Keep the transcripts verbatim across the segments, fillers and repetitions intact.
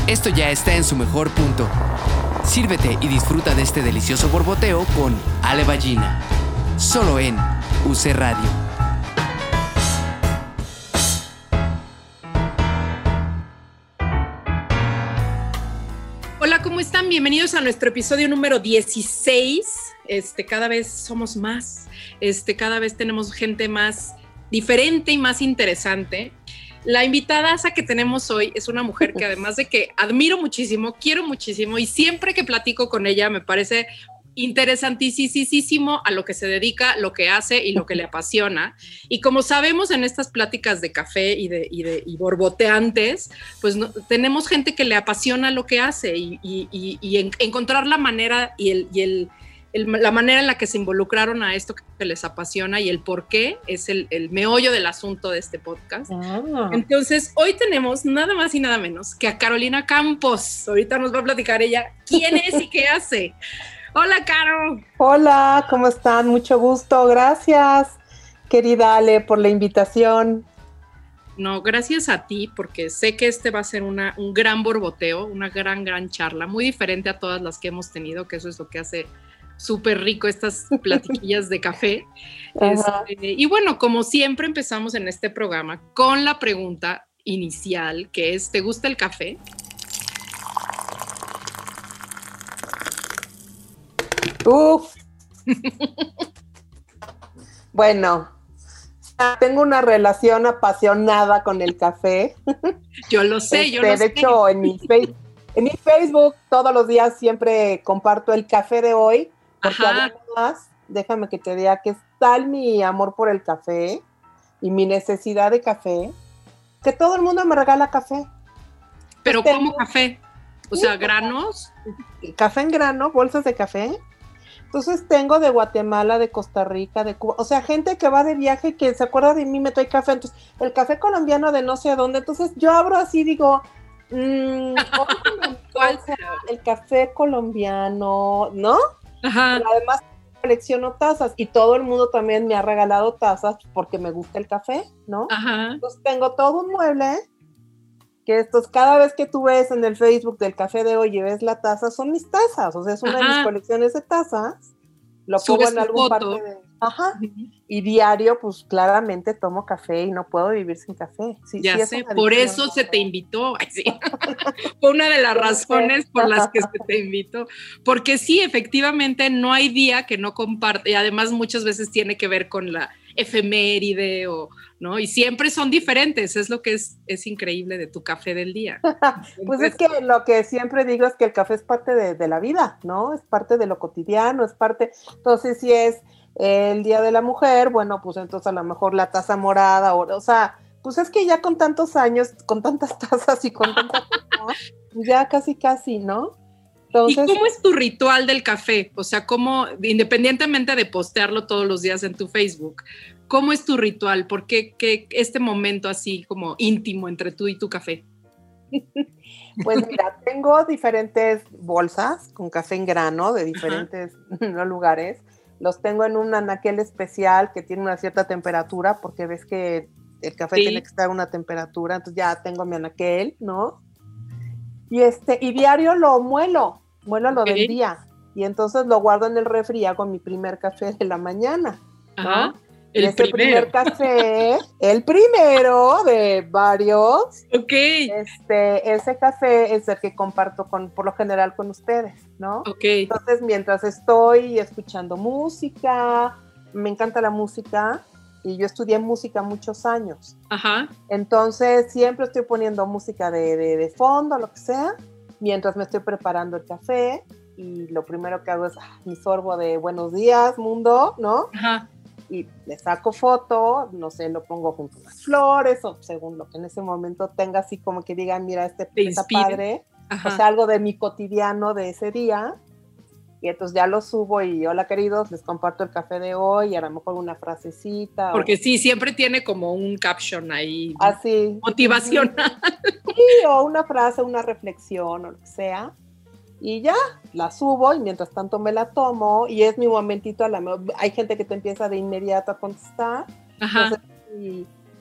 Esto ya está en su mejor punto. Sírvete y disfruta de este delicioso borboteo con Ale Ballina. Solo en U C Radio. Hola, ¿cómo están? Bienvenidos a nuestro episodio número dieciséis. Este, cada vez somos más, este, cada vez tenemos gente más diferente y más interesante. La invitada que tenemos hoy es una mujer que, además de que admiro muchísimo, quiero muchísimo, y siempre que platico con ella me parece interesantísimo a lo que se dedica, lo que hace y lo que le apasiona. Y como sabemos en estas pláticas de café y de, y de y borboteantes, pues no, tenemos gente que le apasiona lo que hace y, y, y, y en, encontrar la manera y, el, y el, el, la manera en la que se involucraron a esto que les apasiona y el por qué es el, el meollo del asunto de este podcast. Ah. Entonces, hoy tenemos nada más y nada menos que a Carolina Campos. Ahorita nos va a platicar ella quién es y qué hace. Hola, Caro. Hola, ¿cómo están? Mucho gusto. Gracias, querida Ale, por la invitación. No, gracias a ti, porque sé que este va a ser una, un gran borboteo, una gran, gran charla, muy diferente a todas las que hemos tenido, que eso es lo que hace súper rico estas platiquillas de café. Este, y bueno, como siempre empezamos en este programa con la pregunta inicial, que es, ¿te gusta el café? Uf. Bueno, tengo una relación apasionada con el café. Yo lo sé, este, yo lo de sé. De hecho, en mi, en mi Facebook todos los días siempre comparto el café de hoy, porque Ajá. además, déjame que te diga que es tal mi amor por el café y mi necesidad de café, que todo el mundo me regala café. ¿Pero este, cómo café? O sea, ¿granos? Café en grano, bolsas de café. Entonces tengo de Guatemala, de Costa Rica, de Cuba, o sea, gente que va de viaje que se acuerda de mí, me trae café, entonces el café colombiano de no sé dónde, entonces yo abro así, digo, mmm, ¿cuál será? El café colombiano, ¿no? Ajá. Pero además colecciono tazas y todo el mundo también me ha regalado tazas porque me gusta el café, ¿no? Ajá. Entonces tengo todo un mueble que estos, cada vez que tú ves en el Facebook del café de hoy y ves la taza, son mis tazas, o sea, es una Ajá. de mis colecciones de tazas, lo pongo en algún parte de... Ajá, uh-huh. Y diario, pues, claramente tomo café y no puedo vivir sin café. Sí, ya sí, sé, por eso se te invitó, Ay, sí. Fue una de las razones por las que se te invitó, porque sí, efectivamente, no hay día que no comparte, y además muchas veces tiene que ver con la efeméride, o, ¿no? Y siempre son diferentes, es lo que es, es increíble de tu café del día. Pues es que lo que siempre digo es que el café es parte de, de la vida, ¿no? Es parte de lo cotidiano, es parte, entonces si es el Día de la Mujer, bueno, pues entonces a lo mejor la taza morada, o, o sea, pues es que ya con tantos años, con tantas tazas y con tantas cosas, ya casi casi, ¿no? Entonces, ¿y cómo es tu ritual del café? O sea, ¿cómo, independientemente de postearlo todos los días en tu Facebook, cómo es tu ritual? ¿Por qué, qué este momento así como íntimo entre tú y tu café? Pues mira, tengo diferentes bolsas con café en grano de diferentes ¿no? lugares. Los tengo en un anaquel especial que tiene una cierta temperatura, porque ves que el café sí. tiene que estar a una temperatura, entonces ya tengo mi anaquel, ¿no? Y este, y diario lo muelo, muelo lo okay. del día, y entonces lo guardo en el refri y hago mi primer café de la mañana, ¿no? Ajá. El y ese primero. primer café, el primero de varios, ok. este, ese café es el que comparto con, por lo general con ustedes, ¿no? Ok. Entonces, mientras estoy escuchando música, me encanta la música, y yo estudié música muchos años. Ajá. Entonces, siempre estoy poniendo música de, de, de fondo, lo que sea, mientras me estoy preparando el café, y lo primero que hago es ah, mi sorbo de buenos días, mundo, ¿no? Ajá. Y le saco foto, no sé, lo pongo junto a las flores, o según lo que en ese momento tenga, así como que digan, mira, este está padre, Ajá. o sea, algo de mi cotidiano de ese día, y entonces ya lo subo y hola queridos, les comparto el café de hoy, y a lo mejor una frasecita. Porque o... sí, siempre tiene como un caption ahí. Así. Motivacional. Sí, o una frase, una reflexión, o lo que sea. Y ya, la subo y mientras tanto me la tomo y es mi momentito, a la hay gente que te empieza de inmediato a contestar. Ajá. Entonces, y,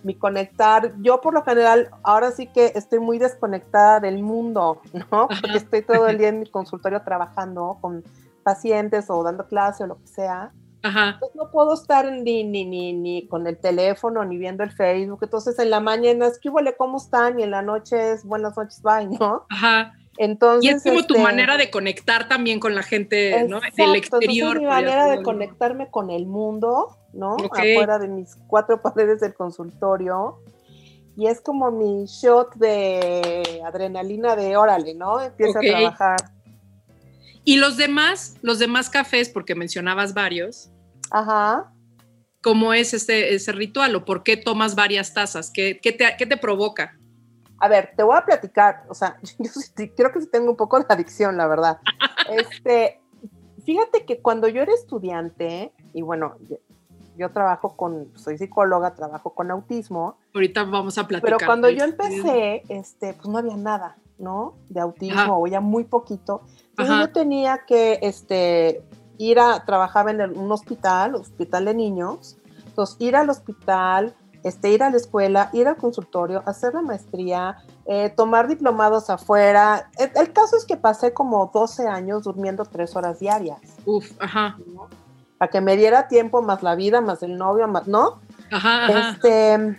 mi conectar. Yo por lo general, ahora sí que estoy muy desconectada del mundo, ¿no? Porque Ajá. estoy todo el día en mi consultorio trabajando con pacientes o dando clase o lo que sea. Ajá. Entonces no puedo estar ni, ni, ni, ni con el teléfono, ni viendo el Facebook. Entonces en la mañana es que huele, ¿cómo están? Y en la noche es buenas noches, bye, ¿no? Ajá. Entonces, y es como este, tu manera de conectar también con la gente, exacto, ¿no? Del exterior. Entonces mi manera de conectarme con el mundo, ¿no? Okay. Afuera de mis cuatro paredes del consultorio. Y es como mi shot de adrenalina de órale, ¿no? Empieza okay. a trabajar. Y los demás, los demás cafés, porque mencionabas varios. Ajá. ¿Cómo es este, ese ritual? ¿O por qué tomas varias tazas? ¿Qué, qué, te, qué te provoca? A ver, te voy a platicar, o sea, yo sí, creo que sí tengo un poco de adicción, la verdad. este, fíjate que cuando yo era estudiante, y bueno, yo, yo trabajo con, soy psicóloga, trabajo con autismo. Ahorita vamos a platicar. Pero cuando yo empecé, este, pues no había nada, ¿no? De autismo, Ajá. o ya muy poquito. Entonces Ajá. yo tenía que, este, ir a, trabajaba en el, un hospital, hospital de niños, entonces ir al hospital, Este, ir a la escuela, ir al consultorio, hacer la maestría, eh, tomar diplomados afuera. El, el caso es que pasé como doce años durmiendo tres horas diarias. Uf, ajá. ¿no? Para que me diera tiempo, más la vida, más el novio, más, ¿no? Ajá, ajá. Este,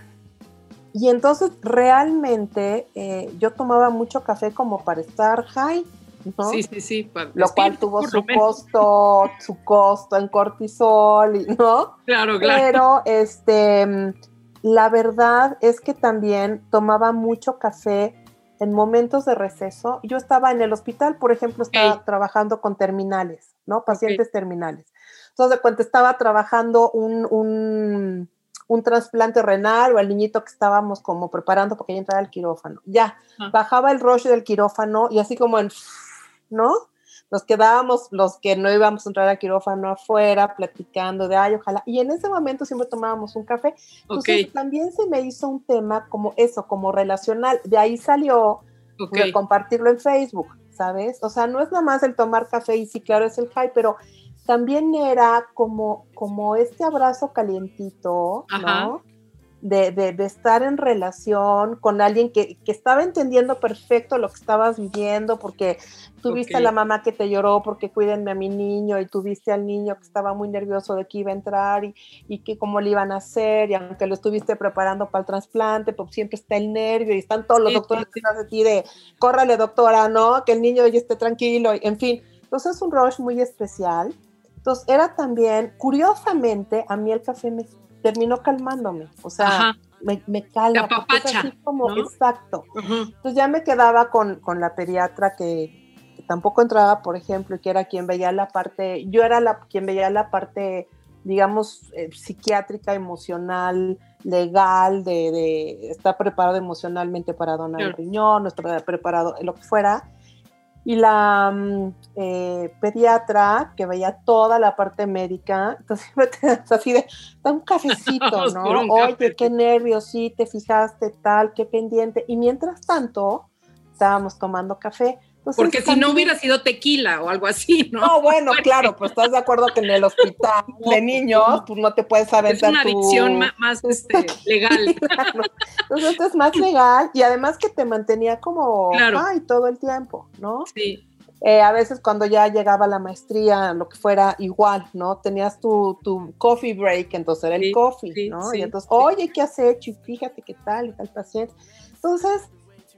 y entonces realmente eh, yo tomaba mucho café como para estar high, ¿no? Sí, sí, sí. Lo cual tuvo su costo, su costo en cortisol, ¿no? Claro, claro. Pero, este... la verdad es que también tomaba mucho café en momentos de receso. Yo estaba en el hospital, por ejemplo, estaba okay. trabajando con terminales, ¿no? Pacientes okay. terminales. Entonces, cuando estaba trabajando un, un, un trasplante renal o el niñito que estábamos como preparando porque ya entraba al quirófano. Ya, ah. bajaba el rush del quirófano y así como en, ¿no? Nos quedábamos los que no íbamos a entrar al quirófano afuera platicando de, ay, ojalá. Y en ese momento siempre tomábamos un café. Entonces okay. también se me hizo un tema como eso, como relacional. De ahí salió okay. de compartirlo en Facebook, ¿sabes? O sea, no es nada más el tomar café y sí, claro, es el high, pero también era como, como este abrazo calientito, Ajá. ¿no? De, de, de estar en relación con alguien que, que estaba entendiendo perfecto lo que estabas viviendo, porque tuviste okay. a la mamá que te lloró porque cuídenme a mi niño, y tuviste al niño que estaba muy nervioso de que iba a entrar y, y que cómo le iban a hacer, y aunque lo estuviste preparando para el trasplante, pues siempre está el nervio y están todos los sí, doctores sí, sí. de ti de, córrale doctora, ¿no? Que el niño ya esté tranquilo, en fin. Entonces es un rush muy especial. Entonces era también, curiosamente, a mí el café me terminó calmándome, o sea, me, me calma, apapacha, es así como, ¿no? Exacto. Uh-huh. Entonces ya me quedaba con, con la pediatra que, que tampoco entraba, por ejemplo, y que era quien veía la parte, yo era la quien veía la parte, digamos, eh, psiquiátrica, emocional, legal, de, de estar preparado emocionalmente para donar claro. el riñón, no estar preparado, lo que fuera. Y la eh, pediatra que veía toda la parte médica, entonces así de, da un cafecito, ¿no? Un Oye, café. Qué nervios, sí, te fijaste, tal, qué pendiente. Y mientras tanto, estábamos tomando café. Entonces, porque si no hubiera sido tequila o algo así, ¿no? No, bueno, claro, pues estás de acuerdo que en el hospital de niños, pues no te puedes aventar. Es una adicción tu... más, más este, legal. Claro. Entonces esto es más legal y además que te mantenía como claro. ay, todo el tiempo, ¿no? Sí. Eh, a veces cuando ya llegaba la maestría, lo que fuera, igual, ¿no? Tenías tu, tu coffee break, entonces era el sí, coffee, sí, ¿no? Sí, y entonces, sí. oye, ¿qué has hecho? Y fíjate qué tal y tal paciente. Entonces,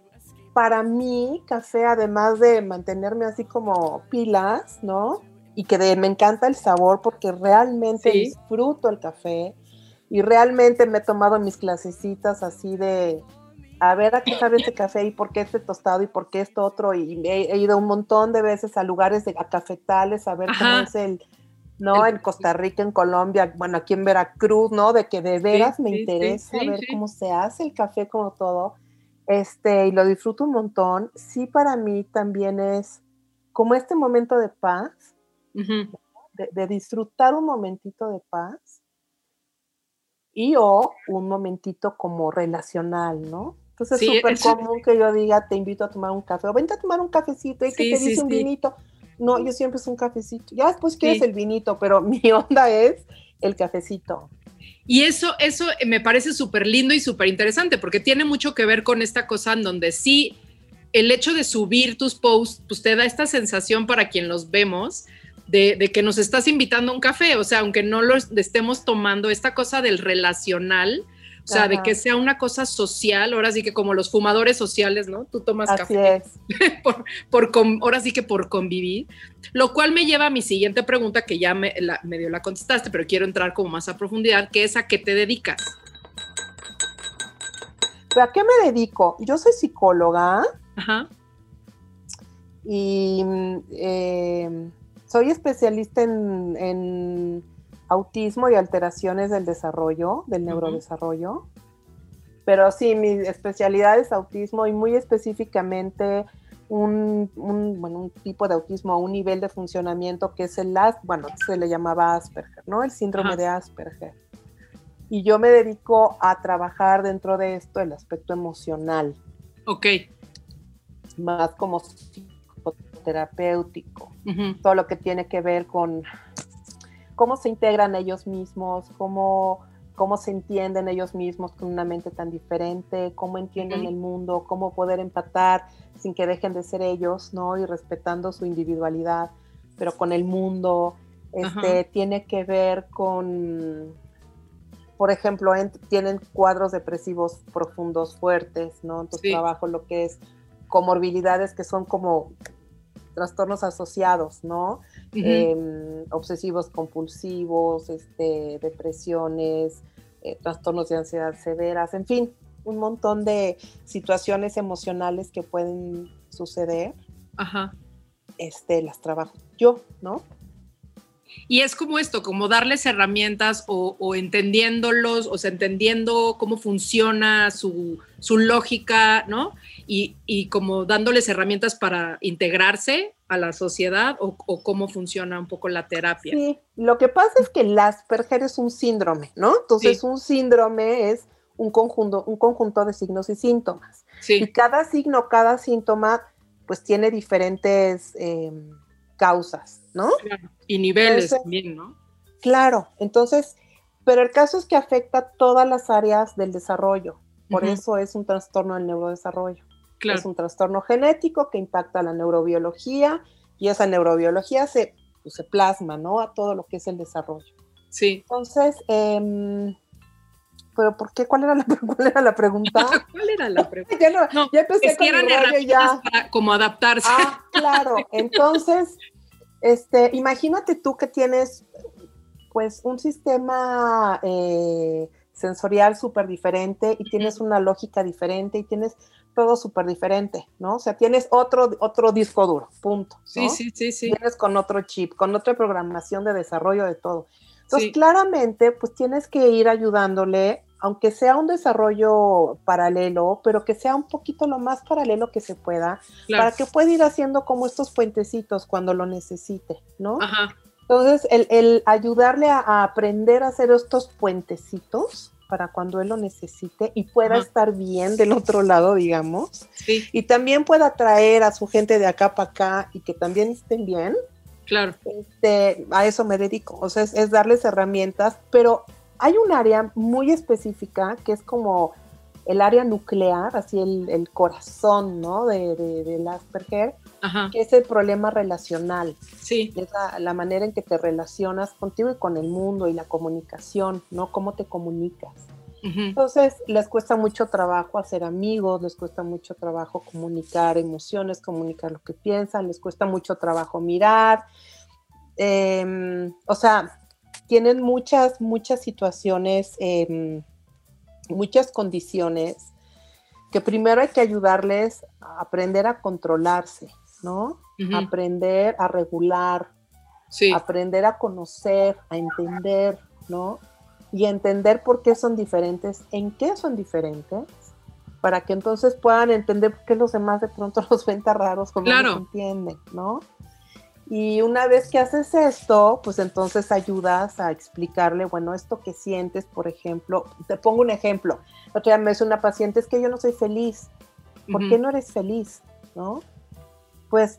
para mí, café, además de mantenerme así como pilas, ¿no? Y que de, me encanta el sabor porque realmente sí. disfruto el café y realmente me he tomado mis clasecitas así de, a ver a qué sabe este café y por qué este tostado y por qué esto otro. Y he, he ido un montón de veces a lugares, de, a cafetales, a ver Ajá. cómo es el, ¿no? El, en Costa Rica, en Colombia, bueno, aquí en Veracruz, ¿no? De que de veras sí, me sí, interesa sí, ver sí. cómo se hace el café, como todo. Este, y lo disfruto un montón. Sí, para mí también es como este momento de paz, uh-huh. de, de disfrutar un momentito de paz y o un momentito como relacional, ¿no? Entonces sí, es súper común que yo diga, te invito a tomar un café, o vente a tomar un cafecito, y sí, que te dice sí, un sí. vinito. No, yo siempre es un cafecito. Ya después quieres sí. el vinito, pero mi onda es el cafecito. Y eso, eso me parece súper lindo y súper interesante, porque tiene mucho que ver con esta cosa en donde sí, el hecho de subir tus posts, pues te da esta sensación para quien los vemos, de, de que nos estás invitando a un café, o sea, aunque no lo estemos tomando, esta cosa del relacional, o sea, Ajá. de que sea una cosa social, ahora sí que como los fumadores sociales, ¿no? Tú tomas Así café es. por, por, ahora sí que por convivir, lo cual me lleva a mi siguiente pregunta, que ya me, la, medio la contestaste, pero quiero entrar como más a profundidad, que es ¿a qué te dedicas? ¿A qué me dedico? Yo soy psicóloga. Ajá. Y eh, soy especialista en, en autismo y alteraciones del desarrollo, del neurodesarrollo. Uh-huh. Pero sí, mi especialidad es autismo y muy específicamente un, un, bueno, un tipo de autismo, un nivel de funcionamiento que es el, bueno, se le llamaba Asperger, ¿no? El síndrome uh-huh. de Asperger. Y yo me dedico a trabajar dentro de esto el aspecto emocional. Ok. Más como psicoterapéutico, uh-huh. todo lo que tiene que ver con cómo se integran ellos mismos, cómo, cómo se entienden ellos mismos con una mente tan diferente, cómo entienden uh-huh. el mundo, cómo poder empatar sin que dejen de ser ellos, ¿no? Y respetando su individualidad, pero con el mundo. Este, uh-huh. Tiene que ver con, por ejemplo, en, tienen cuadros depresivos profundos fuertes, ¿no? Entonces sí. trabajo lo que es comorbilidades que son como trastornos asociados, ¿no? Uh-huh. Eh, obsesivos compulsivos, este, depresiones, eh, trastornos de ansiedad severas, en fin, un montón de situaciones emocionales que pueden suceder. Ajá. Este, las trabajo yo, ¿no? Y es como esto, como darles herramientas o, o entendiéndolos, o sea, entendiendo cómo funciona su, su lógica, ¿no? Y, y como dándoles herramientas para integrarse a la sociedad o, o cómo funciona un poco la terapia. Sí, lo que pasa es que el Asperger es un síndrome, ¿no? Entonces sí. un síndrome es un conjunto, un conjunto de signos y síntomas. Sí. Y cada signo, cada síntoma, pues tiene diferentes eh, causas, ¿no? Claro. Y niveles entonces, también, ¿no? Claro, entonces, pero el caso es que afecta todas las áreas del desarrollo, por uh-huh. eso es un trastorno del neurodesarrollo. Claro. Es un trastorno genético que impacta la neurobiología y esa neurobiología se, pues, se plasma, ¿no? A todo lo que es el desarrollo. Sí. Entonces, eh, ¿pero por qué? ¿Cuál era la, cuál era la pregunta? ¿Cuál era la pregunta? ya, no, no, ya empecé es que con eran mi rollo ya. Para como adaptarse. Ah, claro. Entonces, este, imagínate tú que tienes, pues, un sistema eh, sensorial súper diferente y tienes una lógica diferente y tienes todo súper diferente, ¿no? O sea, tienes otro, otro disco duro, punto, ¿no? Sí, sí, sí, sí. Tienes con otro chip, con otra programación de desarrollo de todo. Entonces, sí. claramente, pues tienes que ir ayudándole, aunque sea un desarrollo paralelo, pero que sea un poquito lo más paralelo que se pueda, claro. para que pueda ir haciendo como estos puentecitos cuando lo necesite, ¿no? Ajá. Entonces, el, el ayudarle a, a aprender a hacer estos puentecitos para cuando él lo necesite y pueda Ajá. estar bien del otro lado, digamos, sí. y también pueda traer a su gente de acá para acá y que también estén bien. Claro. Este, a eso me dedico, o sea, es, es darles herramientas, pero hay un área muy específica que es como el área nuclear, así el, el corazón, ¿no? De, de, del Asperger, Ajá. que es el problema relacional. Sí. Es la, la manera en que te relacionas contigo y con el mundo y la comunicación, ¿no? Cómo te comunicas. Uh-huh. Entonces, les cuesta mucho trabajo hacer amigos, les cuesta mucho trabajo comunicar emociones, comunicar lo que piensan, les cuesta mucho trabajo mirar. Eh, o sea, tienen muchas, muchas situaciones, eh, muchas condiciones que primero hay que ayudarles a aprender a controlarse, ¿no? Uh-huh. Aprender a regular, sí. aprender a conocer, a entender, ¿no? Y entender por qué son diferentes, en qué son diferentes, para que entonces puedan entender por qué los demás de pronto los ven tan raros como claro. no se entienden, ¿no? Y una vez que haces esto, pues entonces ayudas a explicarle, bueno, esto que sientes, por ejemplo, te pongo un ejemplo. El otro día me dice una paciente, es que yo no soy feliz. ¿Por uh-huh. qué no eres feliz? ¿No? Pues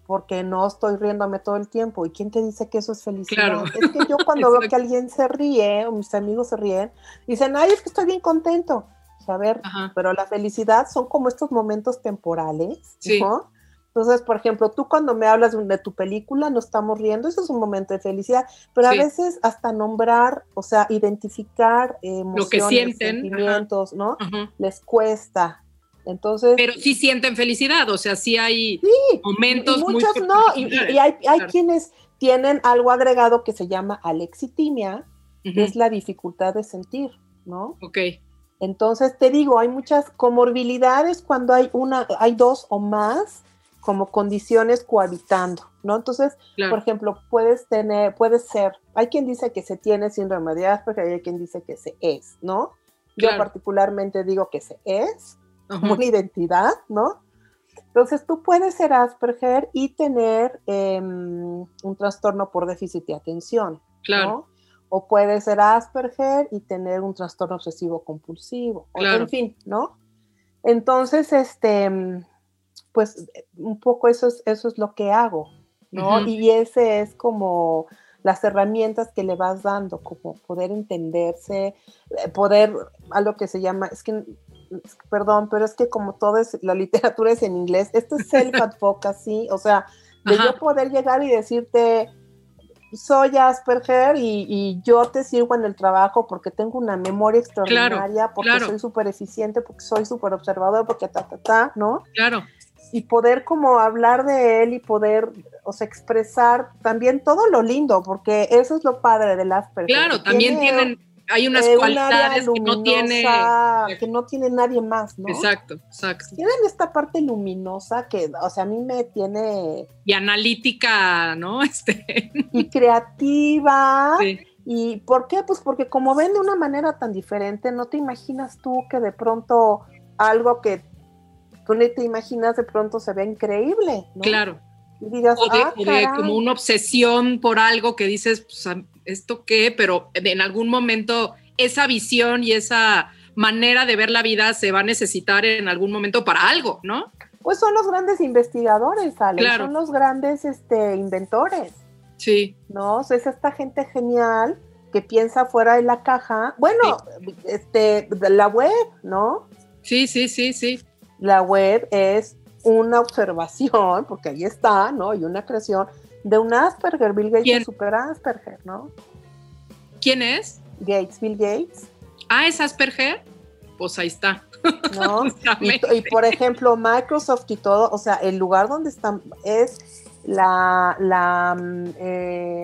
porque no estoy riéndome todo el tiempo. ¿Y quién te dice que eso es felicidad? Claro. Es que yo cuando veo que alguien se ríe, o mis amigos se ríen, dicen, ay, es que estoy bien contento. O sea, a ver, Ajá. pero la felicidad son como estos momentos temporales, Sí. ¿no? Entonces, por ejemplo, tú cuando me hablas de tu película, nos estamos riendo, eso es un momento de felicidad, pero Sí. a veces hasta nombrar, o sea, identificar eh, emociones, Lo que sienten, sentimientos, ajá. ¿no? Ajá. Les cuesta. Entonces, pero sí sienten felicidad, o sea, sí hay sí, momentos y, y muy muchos no, y, y- y hay, hay claro. quienes tienen algo agregado que se llama alexitimia, Uh-huh. que es la dificultad de sentir, ¿no? Ok. Entonces, te digo, hay muchas comorbilidades cuando hay una, hay dos o más como condiciones cohabitando, ¿no? Entonces, claro. por ejemplo, puedes tener, puedes ser, hay quien dice que se tiene síndrome de Asperger, hay quien dice que se es, ¿no? Claro. Yo particularmente digo que se es, uh-huh. como una identidad, ¿no? Entonces, tú puedes ser Asperger y tener eh, un trastorno por déficit de atención, claro. ¿no? O puede ser Asperger y tener un trastorno obsesivo compulsivo, claro. en fin, ¿no? Entonces, este, pues un poco eso es, eso es lo que hago, ¿no? Uh-huh. Y ese es como las herramientas que le vas dando, como poder entenderse, poder, a lo que se llama, es que, perdón, pero es que como todo es, la literatura es en inglés, esto es self-advocacy, o sea, de Ajá. yo poder llegar y decirte, soy Asperger y, y yo te sirvo en el trabajo porque tengo una memoria extraordinaria, claro, porque claro. soy súper eficiente, porque soy súper observador, porque ta, ta, ta, ¿no? Claro. Y poder como hablar de él y poder, o sea, expresar también todo lo lindo, porque eso es lo padre del Asperger. Claro, también tiene, tienen, hay unas eh, cualidades un que no tiene... que no tiene nadie más, ¿no? Exacto, exacto. Tienen esta parte luminosa que, o sea, a mí me tiene... Y analítica, ¿no? Este... Y creativa. Sí. ¿Y por qué? Pues porque como ven de una manera tan diferente, no te imaginas tú que de pronto algo que tú no te imaginas de pronto se ve increíble, ¿no? Claro. Y digas, o de, ah, o de como una obsesión por algo que dices, pues, ¿esto qué? Pero en algún momento esa visión y esa manera de ver la vida se va a necesitar en algún momento para algo, ¿no? Pues son los grandes investigadores, Ale, claro. son los grandes este, inventores. Sí. ¿No? O sea, es esta gente genial que piensa fuera de la caja. Bueno, sí. este, la web, ¿no? Sí, sí, sí, sí. La web es una observación, porque ahí está, ¿no? Y una creación de un Asperger, Bill Gates es super Asperger, ¿no? ¿Quién es? Gates, Bill Gates. Ah, ¿es Asperger? Pues ahí está. ¿No? y, y por ejemplo, Microsoft y todo, o sea, el lugar donde están es la, la, eh,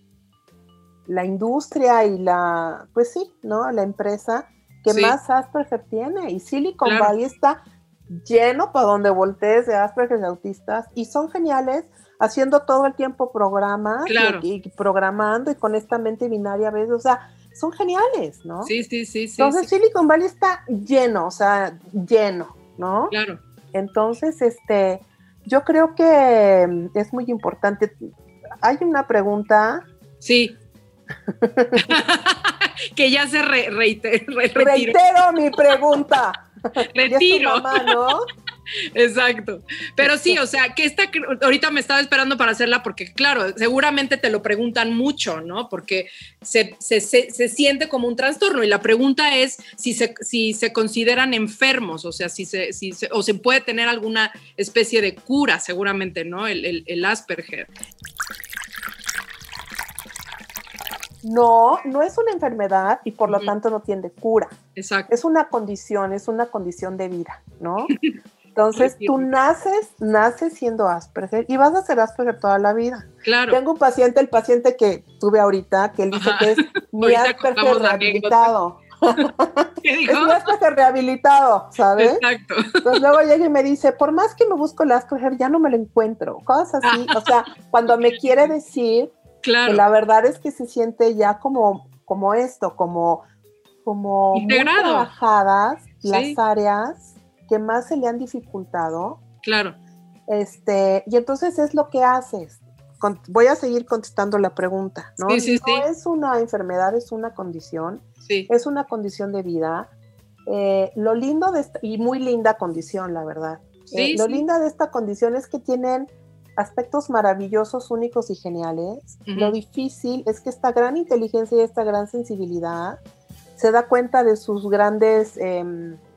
la industria y la, pues sí, ¿no? La empresa que sí. más Asperger tiene. Y Silicon claro. Valley está lleno para donde voltees de Asperger y autistas, y son geniales haciendo todo el tiempo programas claro. y, y programando y con esta mente binaria a veces, o sea, son geniales, ¿no? Sí, sí, sí. sí Entonces sí. Silicon Valley está lleno, o sea, lleno, ¿no? Claro. Entonces, este, yo creo que es muy importante. Hay una pregunta. Sí. que ya se re, reiter, re, reitero mi pregunta. Retiro. Es tu mamá, ¿no? Exacto. Pero sí, o sea, que esta, ahorita me estaba esperando para hacerla porque, claro, seguramente te lo preguntan mucho, ¿no? Porque se, se, se, se siente como un trastorno y la pregunta es si se, si se consideran enfermos, o sea, si se, si se, o se puede tener alguna especie de cura, seguramente, ¿no? El, el, el Asperger. No, no es una enfermedad y por lo uh-huh. tanto no tiene cura. Exacto. Es una condición, es una condición de vida, ¿no? Entonces tú naces, naces siendo Asperger y vas a ser Asperger toda la vida. Claro. Tengo un paciente, el paciente que tuve ahorita, que él dice Ajá. que es mi Asperger rehabilitado. ¿Qué dijo? Es mi Asperger rehabilitado, ¿sabes? Exacto. Entonces luego llega y me dice, por más que me busco el Asperger, ya no me lo encuentro. Cosas así, o sea, cuando me quiere decir claro. que la verdad es que se siente ya como, como esto, como, como integrado. Muy trabajadas sí. las áreas que más se le han dificultado. Claro. Este, y entonces es lo que haces. Con, voy a seguir contestando la pregunta, ¿no? Sí, sí, no sí. es una enfermedad, es una condición. Sí. Es una condición de vida. Eh, lo lindo de esta, y muy linda condición, la verdad. Sí, eh, lo sí. lindo de esta condición es que tienen aspectos maravillosos, únicos y geniales. Uh-huh. Lo difícil es que esta gran inteligencia y esta gran sensibilidad se da cuenta de sus grandes eh,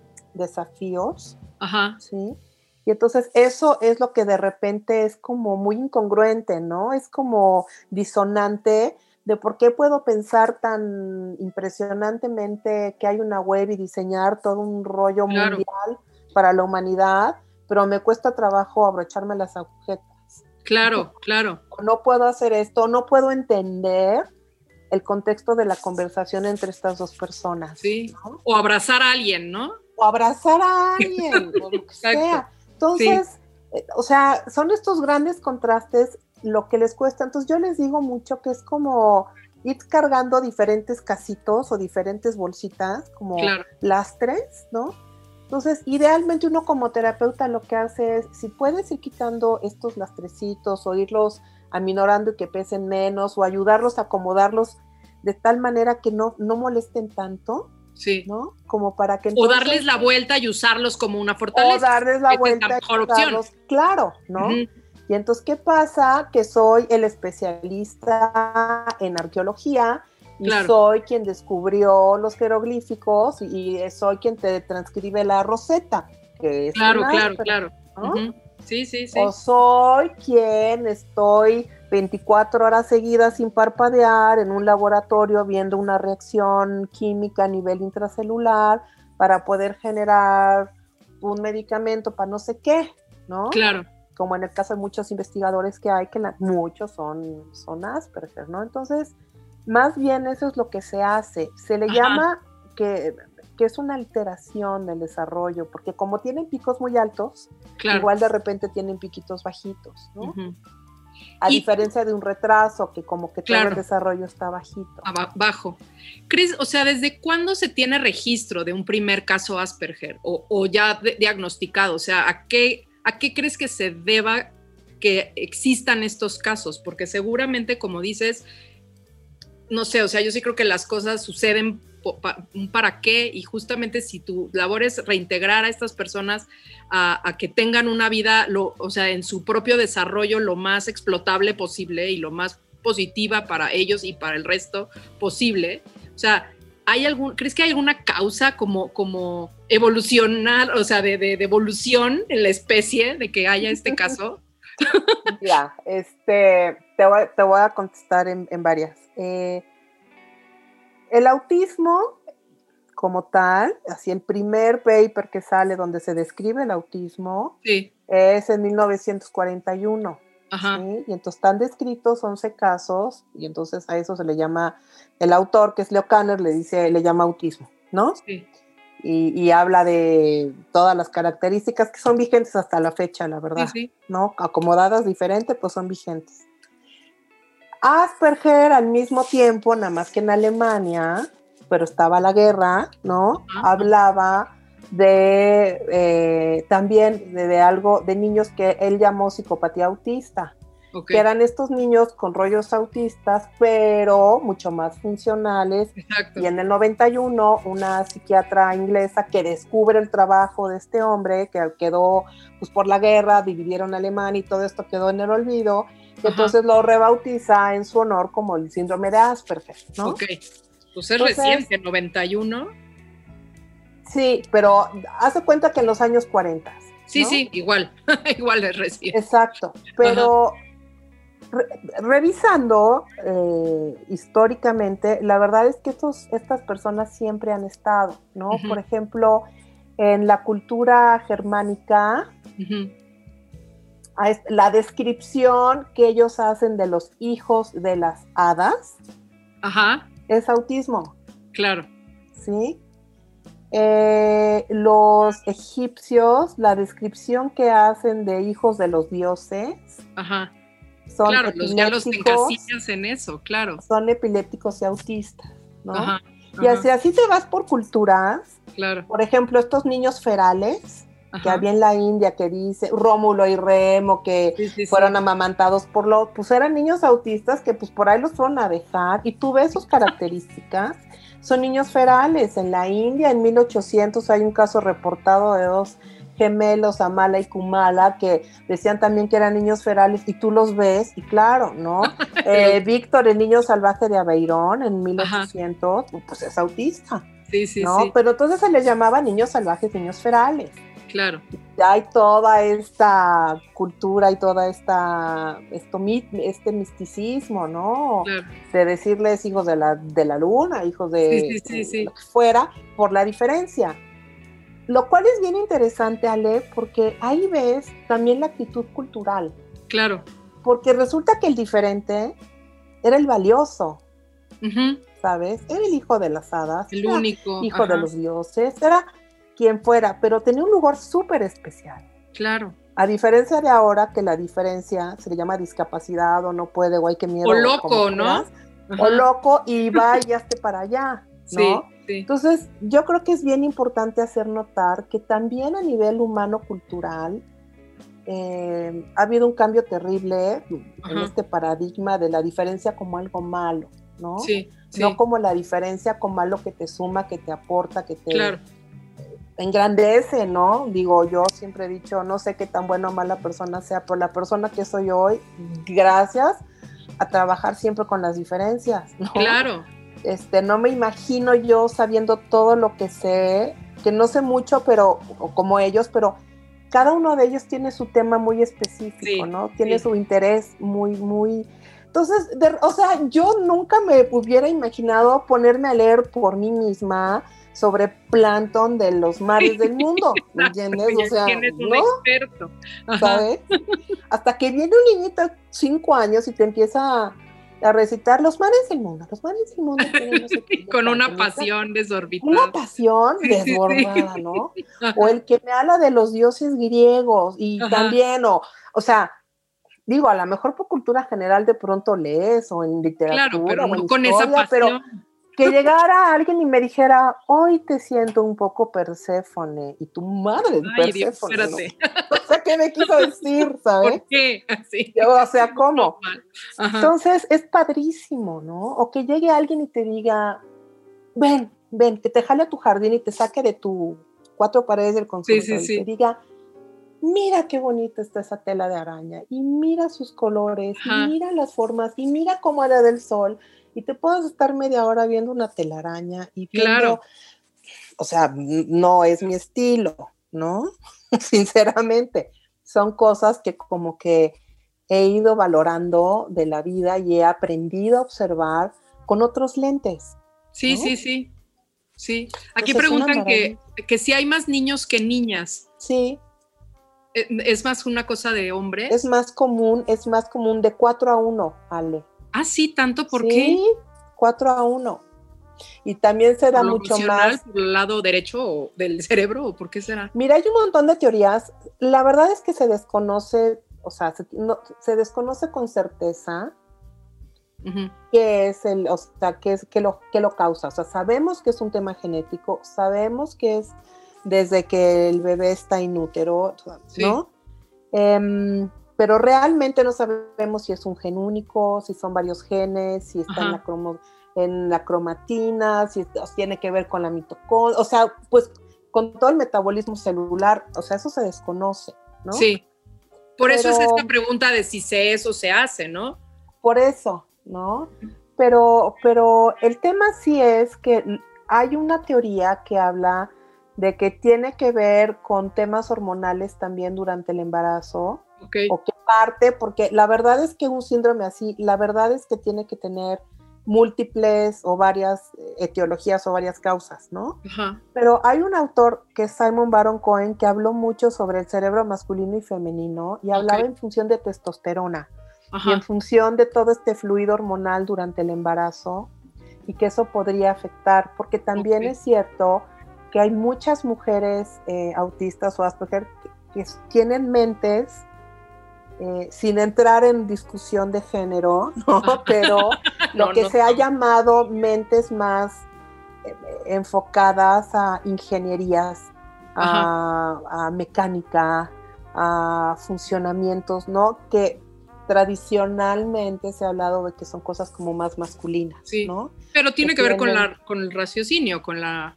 desafíos, Ajá. ¿sí? Y entonces eso es lo que de repente es como muy incongruente, ¿no? Es como disonante de por qué puedo pensar tan impresionantemente que hay una web y diseñar todo un rollo claro. mundial para la humanidad, pero me cuesta trabajo abrocharme las agujetas. Claro, claro. No puedo hacer esto, no puedo entender el contexto de la conversación entre estas dos personas. Sí, ¿no? O abrazar a alguien, ¿no? O abrazar a alguien, o lo que sea. Entonces, sí. eh, o sea, son estos grandes contrastes lo que les cuesta. Entonces yo les digo mucho que es como ir cargando diferentes casitos o diferentes bolsitas, como claro. lastres, ¿no? Entonces, idealmente uno como terapeuta lo que hace es, si puedes ir quitando estos lastrecitos o irlos aminorando y que pesen menos o ayudarlos a acomodarlos de tal manera que no, no molesten tanto, sí. ¿no? Como para que entonces, o darles la vuelta y usarlos como una fortaleza. O darles la vuelta es la mejor opción. Claro, ¿no? Uh-huh. Y entonces, ¿qué pasa? Que soy el especialista en arqueología y claro. soy quien descubrió los jeroglíficos y soy quien te transcribe la Rosetta. Que es claro, una, claro, pero, claro. ¿no? Uh-huh. Sí, sí, sí. O soy quien estoy veinticuatro horas seguidas sin parpadear en un laboratorio viendo una reacción química a nivel intracelular para poder generar un medicamento para no sé qué, ¿no? Claro. Como en el caso de muchos investigadores que hay, que la, muchos son, son Asperger, ¿no? Entonces, más bien eso es lo que se hace. Se le Ajá. llama que, que es una alteración del desarrollo, porque como tienen picos muy altos, claro. igual de repente tienen piquitos bajitos, ¿no? Uh-huh. A y, diferencia de un retraso, que como que claro. todo el desarrollo está bajito. Bajo. ¿Crees, o sea, desde cuándo se tiene registro de un primer caso Asperger o, o ya de, diagnosticado? O sea, ¿a qué, ¿a qué crees que se deba que existan estos casos? Porque seguramente, como dices, no sé, o sea, yo sí creo que las cosas suceden un para qué, y justamente si tu labor es reintegrar a estas personas a, a que tengan una vida, lo, o sea, en su propio desarrollo lo más explotable posible y lo más positiva para ellos y para el resto posible, o sea, ¿hay algún, ¿crees que hay alguna causa como, como evolucionar, o sea, de, de, de evolución en la especie de que haya este caso? Ya, este, te voy, te voy a contestar en, en varias. Eh, El autismo, como tal, así el primer paper que sale donde se describe el autismo, sí. es en mil novecientos cuarenta y uno. Ajá. ¿sí? Y entonces están descritos once casos, y entonces a eso se le llama, el autor, que es Leo Kanner, le dice, le llama autismo, ¿no? Sí. Y, y habla de todas las características que son vigentes hasta la fecha, la verdad, sí, sí. ¿no? Acomodadas diferente, pues son vigentes. Asperger al mismo tiempo, nada más que en Alemania, pero estaba la guerra, ¿no? Ajá. Hablaba de eh, también de, de algo, de niños que él llamó psicopatía autista, okay. que eran estos niños con rollos autistas, pero mucho más funcionales. Exacto. Y en el noventa y uno, una psiquiatra inglesa que descubre el trabajo de este hombre, que quedó, pues por la guerra, dividieron Alemania y todo esto quedó en el olvido, y entonces lo rebautiza en su honor como el síndrome de Asperger, ¿no? Ok, pues es entonces, reciente, noventa y uno. Sí, pero hace cuenta que en los años cuarenta. Sí, ¿no? sí, igual, igual es reciente. Exacto, pero re, revisando eh, históricamente, la verdad es que estos, estas personas siempre han estado, ¿no? Uh-huh. Por ejemplo, en la cultura germánica, uh-huh. la descripción que ellos hacen de los hijos de las hadas, Ajá. es autismo. Claro. ¿Sí? Eh, los egipcios, la descripción que hacen de hijos de los dioses, Ajá. son claro, los, ya los encasillas en eso, claro. Son epilépticos y autistas, ¿no? Ajá. Y así, así te vas por culturas. Claro. Por ejemplo, estos niños ferales, Ajá. que había en la India, que dice Rómulo y Remo, que sí, sí, fueron sí. amamantados por los, pues eran niños autistas que pues por ahí los fueron a dejar, y tú ves sus características, son niños ferales. En la India, en mil ochocientos, hay un caso reportado de dos gemelos, Amala y Kumala, que decían también que eran niños ferales, y tú los ves, y claro, ¿no? eh, Víctor, el niño salvaje de Aveirón, en mil ochocientos, ajá, pues es autista. Sí, sí, ¿no? sí. Pero entonces se les llamaba niños salvajes, niños ferales. Claro. Hay toda esta cultura y toda esta esto, este misticismo, ¿no? Claro. De decirles hijos de la, de la luna, hijos de sí, sí, sí, sí. lo que fuera, por la diferencia. Lo cual es bien interesante, Ale, porque ahí ves también la actitud cultural. Claro. Porque resulta que el diferente era el valioso. Uh-huh. ¿Sabes? Era el hijo de las hadas, el único, hijo ajá, de los dioses, era quien fuera, pero tenía un lugar súper especial. Claro. A diferencia de ahora, que la diferencia se le llama discapacidad, o no puede, o hay que miedo. O loco, ¿no? O loco, y va y hazte para allá, ¿no? Sí, sí. Entonces, yo creo que es bien importante hacer notar que también a nivel humano-cultural eh, ha habido un cambio terrible ajá, en este paradigma de la diferencia como algo malo, ¿no? Sí, sí. No como la diferencia como algo que te suma, que te aporta, que te claro. engrandece, ¿no? Digo, yo siempre he dicho, no sé qué tan buena o mala persona sea, pero la persona que soy hoy, gracias a trabajar siempre con las diferencias, ¿no? Claro. Este, no me imagino yo sabiendo todo lo que sé, que no sé mucho, pero, o como ellos, pero cada uno de ellos tiene su tema muy específico, sí, ¿no? Tiene sí. su interés muy, muy... Entonces, de, o sea, yo nunca me hubiera imaginado ponerme a leer por mí misma sobre plancton de los mares del mundo, ¿me entiendes? O sea, tienes un ¿no? experto. Ajá. ¿Sabes? Hasta que viene un niñito de cinco años y te empieza a, a recitar los mares del mundo, los mares del mundo. No sé qué, con una pasión desorbitada. Una pasión sí, desbordada, sí. ¿no? Ajá. O el que me habla de los dioses griegos y ajá, también, o, o sea, digo, a lo mejor por cultura general de pronto lees o en literatura claro, pero o en no con historia, esa pasión. Pero que llegara alguien y me dijera, hoy te siento un poco Perséfone, y tu madre es Ay, Perséfone, Dios, espérate. ¿no? O sea, ¿qué me quiso decir, sabes? ¿Por qué? Así. O sea, ¿cómo? Entonces, es padrísimo, ¿no? O que llegue alguien y te diga, ven, ven, que te jale a tu jardín y te saque de tu cuatro paredes del consultorio sí, sí, sí. y te diga, mira qué bonita está esa tela de araña, y mira sus colores, ajá, y mira las formas, y mira cómo era del sol, y te puedes estar media hora viendo una telaraña y viendo, claro. O sea, no es mi estilo, ¿no? Sinceramente, son cosas que como que he ido valorando de la vida y he aprendido a observar con otros lentes. Sí, ¿no? sí, sí, sí. Aquí Entonces, preguntan que, que si hay más niños que niñas. Sí. ¿Es más una cosa de hombres? Es más común, es más común de cuatro a uno, Ale. Ah, sí, ¿tanto? ¿Por sí, qué? Sí, cuatro a uno. Y también se da ¿Por lo mucho más. ¿Por el lado derecho del cerebro o por qué será? Mira, hay un montón de teorías. La verdad es que se desconoce, o sea, se, no, se desconoce con certeza uh-huh. qué es el, o sea, qué es, qué lo, qué lo causa. O sea, sabemos que es un tema genético, sabemos que es desde que el bebé está inútero, ¿no? Sí. Eh, pero realmente no sabemos si es un gen único, si son varios genes, si está en la, cromo, en la cromatina, si tiene que ver con la mitocondria, o sea, pues con todo el metabolismo celular, o sea, eso se desconoce, ¿no? Sí, por pero, eso es esta pregunta de si se es o se hace, ¿no? Por eso, ¿no? Pero, pero el tema sí es que hay una teoría que habla de que tiene que ver con temas hormonales también durante el embarazo, okay. o que parte, porque la verdad es que un síndrome así, la verdad es que tiene que tener múltiples o varias etiologías o varias causas, ¿no? Ajá. Pero hay un autor que es Simon Baron Cohen que habló mucho sobre el cerebro masculino y femenino y hablaba okay. en función de testosterona Ajá. y en función de todo este fluido hormonal durante el embarazo y que eso podría afectar, porque también okay. es cierto que hay muchas mujeres eh, autistas o Asperger que, que tienen mentes, eh, sin entrar en discusión de género, ¿no? Pero lo no, que no, se no. ha llamado mentes más eh, enfocadas a ingenierías, a, a mecánica, a funcionamientos, ¿no? Que tradicionalmente se ha hablado de que son cosas como más masculinas, sí, ¿no? Pero tiene que, que ver con, la, con el raciocinio, con la...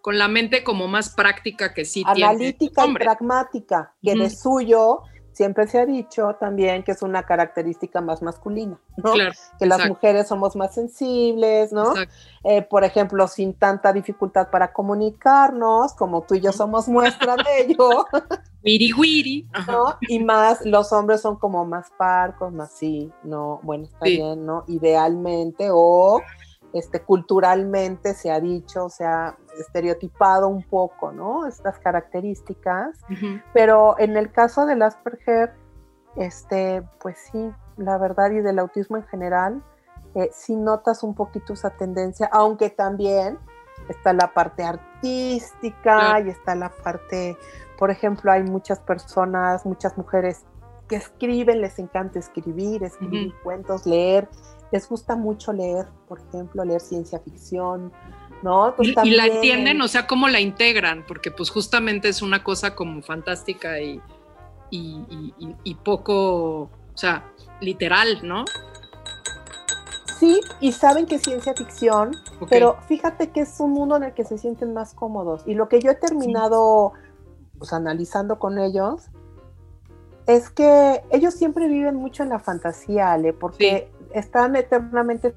con la mente como más práctica que sí tiene. Analítica y pragmática, que uh-huh. de suyo siempre se ha dicho también que es una característica más masculina, ¿no? Claro, que exacto. las mujeres somos más sensibles, ¿no? Eh, por ejemplo, sin tanta dificultad para comunicarnos, como tú y yo somos muestra de ello. Wiri wiri. ¿No? Y más, los hombres son como más parcos, más sí, ¿no? Bueno, está sí. bien, ¿no? Idealmente o este, culturalmente se ha dicho, se ha estereotipado un poco, ¿no? Estas características, uh-huh. pero en el caso del Asperger, este, pues sí, la verdad, y del autismo en general, eh, sí notas un poquito esa tendencia, aunque también está la parte artística, claro. y está la parte, por ejemplo, hay muchas personas, muchas mujeres que escriben, les encanta escribir, escribir uh-huh. cuentos, leer, les gusta mucho leer, por ejemplo, leer ciencia ficción, ¿no? Y, y la entienden, o sea, ¿cómo la integran? Porque pues justamente es una cosa como fantástica y, y, y, y poco, o sea, literal, ¿no? Sí, y saben que es ciencia ficción, okay. pero fíjate que es un mundo en el que se sienten más cómodos. Y lo que yo he terminado sí. pues, analizando con ellos es que ellos siempre viven mucho en la fantasía, Ale, porque sí. están eternamente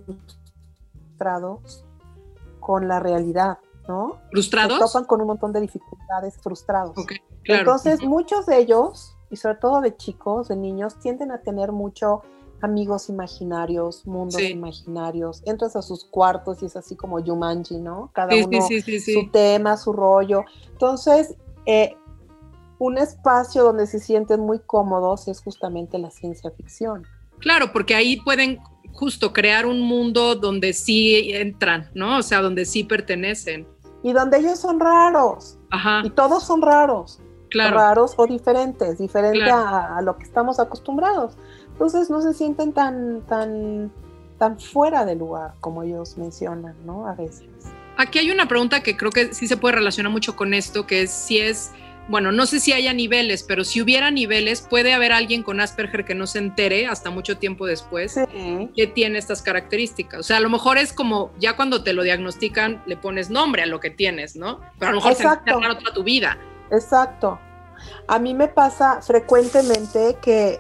frustrados con la realidad, ¿no? ¿Frustrados? Se topan con un montón de dificultades, frustrados. Okay, claro. Entonces, uh-huh. muchos de ellos, y sobre todo de chicos, de niños, tienden a tener mucho amigos imaginarios, mundos sí. imaginarios. Entras a sus cuartos y es así como Jumanji, ¿no? Cada sí, uno sí, sí, sí, sí. su tema, su rollo. Entonces, eh, un espacio donde se sienten muy cómodos es justamente la ciencia ficción. Claro, porque ahí pueden justo crear un mundo donde sí entran, ¿no? O sea, donde sí pertenecen. Y donde ellos son raros. Ajá. Y todos son raros. Claro. Raros o diferentes, diferente claro. a, a lo que estamos acostumbrados. Entonces no se sienten tan, tan, tan fuera de lugar como ellos mencionan, ¿no? A veces. Aquí hay una pregunta que creo que sí se puede relacionar mucho con esto, que es si es, bueno, no sé si haya niveles, pero si hubiera niveles, puede haber alguien con Asperger que no se entere hasta mucho tiempo después sí. que tiene estas características. O sea, a lo mejor es como, ya cuando te lo diagnostican, le pones nombre a lo que tienes, ¿no? Pero a lo mejor Exacto. se empieza a hablar toda tu vida. Exacto. A mí me pasa frecuentemente que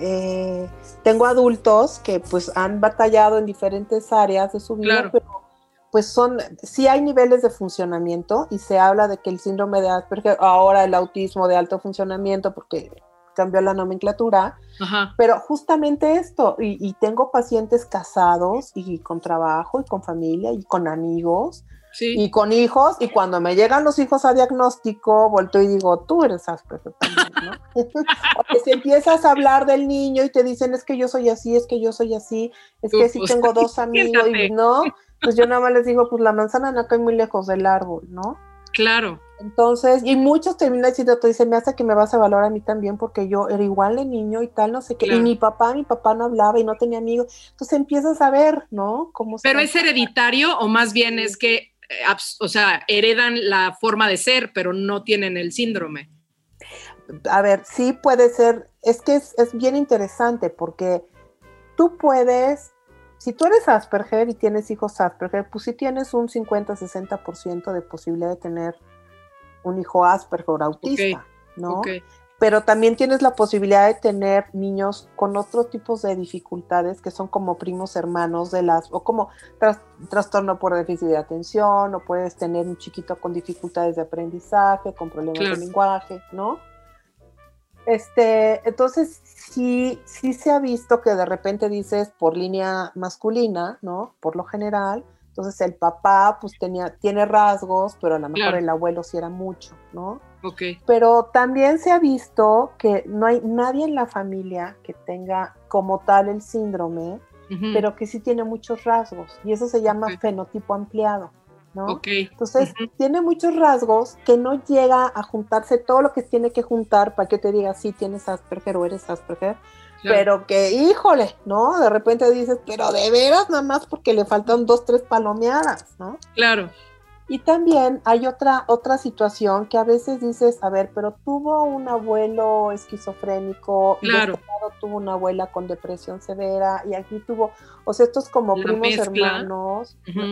eh, tengo adultos que pues han batallado en diferentes áreas de su vida, claro. pero pues son, sí hay niveles de funcionamiento y se habla de que el síndrome de Asperger, ahora el autismo de alto funcionamiento, porque cambió la nomenclatura, Ajá. pero justamente esto, y, y tengo pacientes casados y con trabajo y con familia y con amigos, sí. y con hijos, y cuando me llegan los hijos a diagnóstico, volteo y digo, tú eres Asperger también, ¿no? Porque si empiezas a hablar del niño y te dicen, es que yo soy así, es que yo soy así, es que si sí tengo dos amigos, y no, pues yo nada más les digo, pues la manzana no cae muy lejos del árbol, ¿no? Claro. Entonces, y muchos terminan diciendo, tú dices, me hace que me vas a valorar a mí también, porque yo era igual de niño y tal, no sé qué, claro. Y mi papá, mi papá no hablaba y no tenía amigos, entonces empiezas a ver, ¿no? Cómo Pero es hereditario o más bien sí. es que o sea, heredan la forma de ser, pero no tienen el síndrome. A ver, sí puede ser, es que es, es bien interesante porque tú puedes, si tú eres Asperger y tienes hijos Asperger, pues sí tienes un cincuenta a sesenta por ciento de posibilidad de tener un hijo Asperger autista, okay. ¿no? Okay. Pero también tienes la posibilidad de tener niños con otros tipos de dificultades que son como primos hermanos de las, o como tras, trastorno por déficit de atención, o puedes tener un chiquito con dificultades de aprendizaje, con problemas claro. de lenguaje, ¿no? Este, entonces sí, sí se ha visto que de repente dices por línea masculina, ¿no? Por lo general, entonces el papá pues tenía, tiene rasgos, pero a lo mejor claro. el abuelo sí era mucho, ¿no? Okay. Pero también se ha visto que no hay nadie en la familia que tenga como tal el síndrome, uh-huh. pero que sí tiene muchos rasgos, y eso se llama okay. fenotipo ampliado, ¿no? Okay. Entonces, uh-huh. tiene muchos rasgos que no llega a juntarse todo lo que tiene que juntar para que te diga, sí, tienes Asperger o eres Asperger, claro. pero que, híjole, ¿no? De repente dices, pero de veras, nada más porque le faltan dos, tres palomeadas, ¿no? Claro. Y también hay otra, otra situación que a veces dices, a ver, pero tuvo un abuelo esquizofrénico, claro. y de este lado tuvo una abuela con depresión severa, y aquí tuvo, o sea, estos como La primos mezcla. hermanos, uh-huh.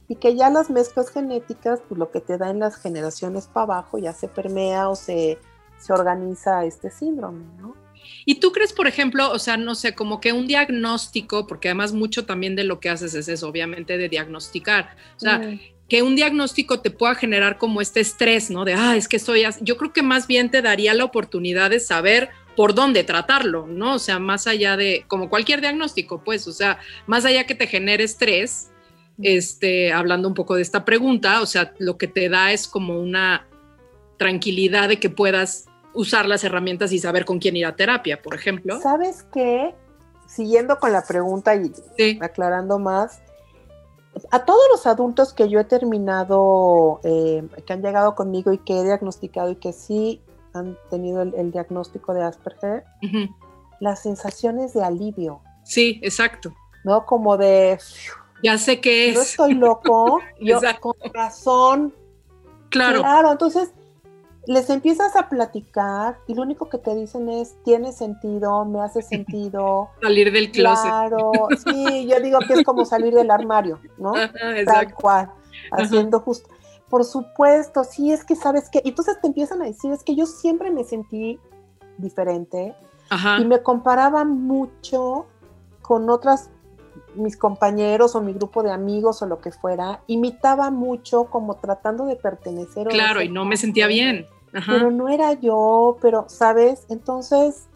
y que ya las mezclas genéticas, pues lo que te da en las generaciones para abajo ya se permea o se, se organiza este síndrome, ¿no? ¿Y tú crees, por ejemplo, o sea, no sé, como que un diagnóstico, porque además mucho también de lo que haces es eso, obviamente, de diagnosticar, o sea, mm. que un diagnóstico te pueda generar como este estrés, ¿no? De, ah, es que estoy así. Yo creo que más bien te daría la oportunidad de saber por dónde tratarlo, ¿no? O sea, más allá de, como cualquier diagnóstico, pues, o sea, más allá que te genere estrés, este, hablando un poco de esta pregunta, o sea, lo que te da es como una tranquilidad de que puedas usar las herramientas y saber con quién ir a terapia, por ejemplo. ¿Sabes qué? Siguiendo con la pregunta y sí. aclarando más, a todos los adultos que yo he terminado, eh, que han llegado conmigo y que he diagnosticado y que sí han tenido el, el diagnóstico de Asperger, uh-huh. las sensaciones de alivio. Sí, exacto. ¿No? Como de... Ya sé qué es. No estoy loco, yo con razón. Claro. Claro, entonces les empiezas a platicar y lo único que te dicen es, tiene sentido, me hace sentido. Salir del closet. Claro, sí, yo digo que es como salir del armario, ¿no? Ajá, tal cual, haciendo Ajá. justo. Por supuesto, sí, es que sabes que, entonces te empiezan a decir, es que yo siempre me sentí diferente Ajá. y me comparaba mucho con otras, mis compañeros o mi grupo de amigos o lo que fuera, imitaba mucho como tratando de pertenecer. Claro, y no me sentía bien. Ajá. Pero no era yo, pero, ¿sabes? Entonces,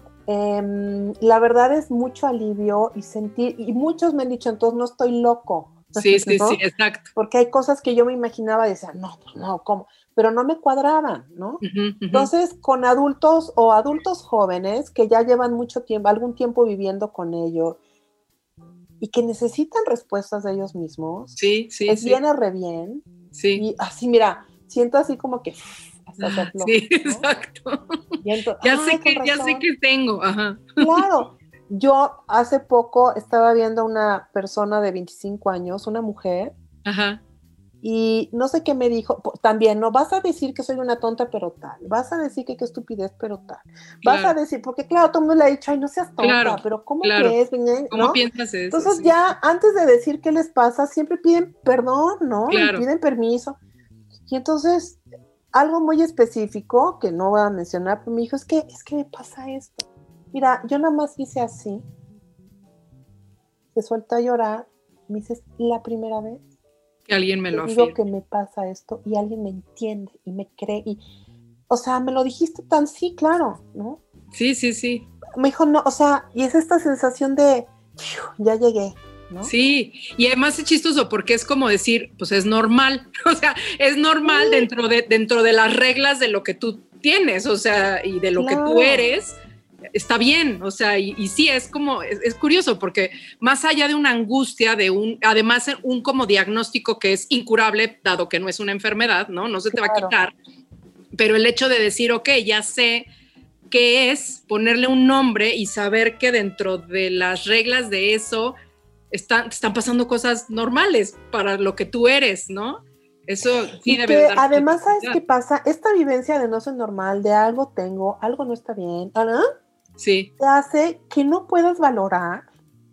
eh, la verdad es mucho alivio y sentir, y muchos me han dicho, entonces no estoy loco. Sí, sí, ¿no? sí, exacto. Porque hay cosas que yo me imaginaba y decía, no, no, ¿cómo? Pero no me cuadraban, ¿no? Uh-huh, uh-huh. Entonces, con adultos o adultos jóvenes que ya llevan mucho tiempo, algún tiempo viviendo con ello y que necesitan respuestas de ellos mismos, sí, sí, les sí. viene re bien. Sí. Y así, mira, siento así como que hasta se afloja, sí, ¿no? exacto. Entonces, ya, sé que, ya sé que tengo. Ajá. Claro. Yo hace poco estaba viendo a una persona de veinticinco años, una mujer, Ajá. y no sé qué me dijo, también, no vas a decir que soy una tonta, pero tal, vas a decir que qué estupidez, pero tal, vas claro. a decir, porque claro, todo el mundo le ha dicho, ay, no seas tonta, claro, pero ¿cómo claro. crees? ¿no? ¿Cómo piensas eso? Entonces sí. ya, antes de decir qué les pasa, siempre piden perdón, ¿no? Claro. Y piden permiso, y entonces, algo muy específico, que no voy a mencionar, pero me dijo, es que, es que me pasa esto. Mira, yo nada más hice así, se suelta a llorar, me dices, la primera vez que alguien me lo digo afirme. que me pasa esto y alguien me entiende y me cree, y, o sea, me lo dijiste tan sí, claro, ¿no? Sí, sí, sí. Me dijo, no, o sea, y es esta sensación de, ya llegué, ¿no? Sí, y además es chistoso porque es como decir, pues es normal, o sea, es normal sí. dentro, de, dentro de las reglas de lo que tú tienes, o sea, y de lo claro. que tú eres, está bien, o sea, y, y sí, es como, es, es curioso porque más allá de una angustia, de un, además un como diagnóstico que es incurable, dado que no es una enfermedad, ¿no? No se te claro. va a quitar, pero el hecho de decir, ok, ya sé qué es, ponerle un nombre y saber que dentro de las reglas de eso están, están pasando cosas normales para lo que tú eres, ¿no? Eso sí y debe que dar además, ¿sabes qué pasa? Esta vivencia de no ser normal, de algo tengo, algo no está bien, ¿no? Sí. Te hace que no puedas valorar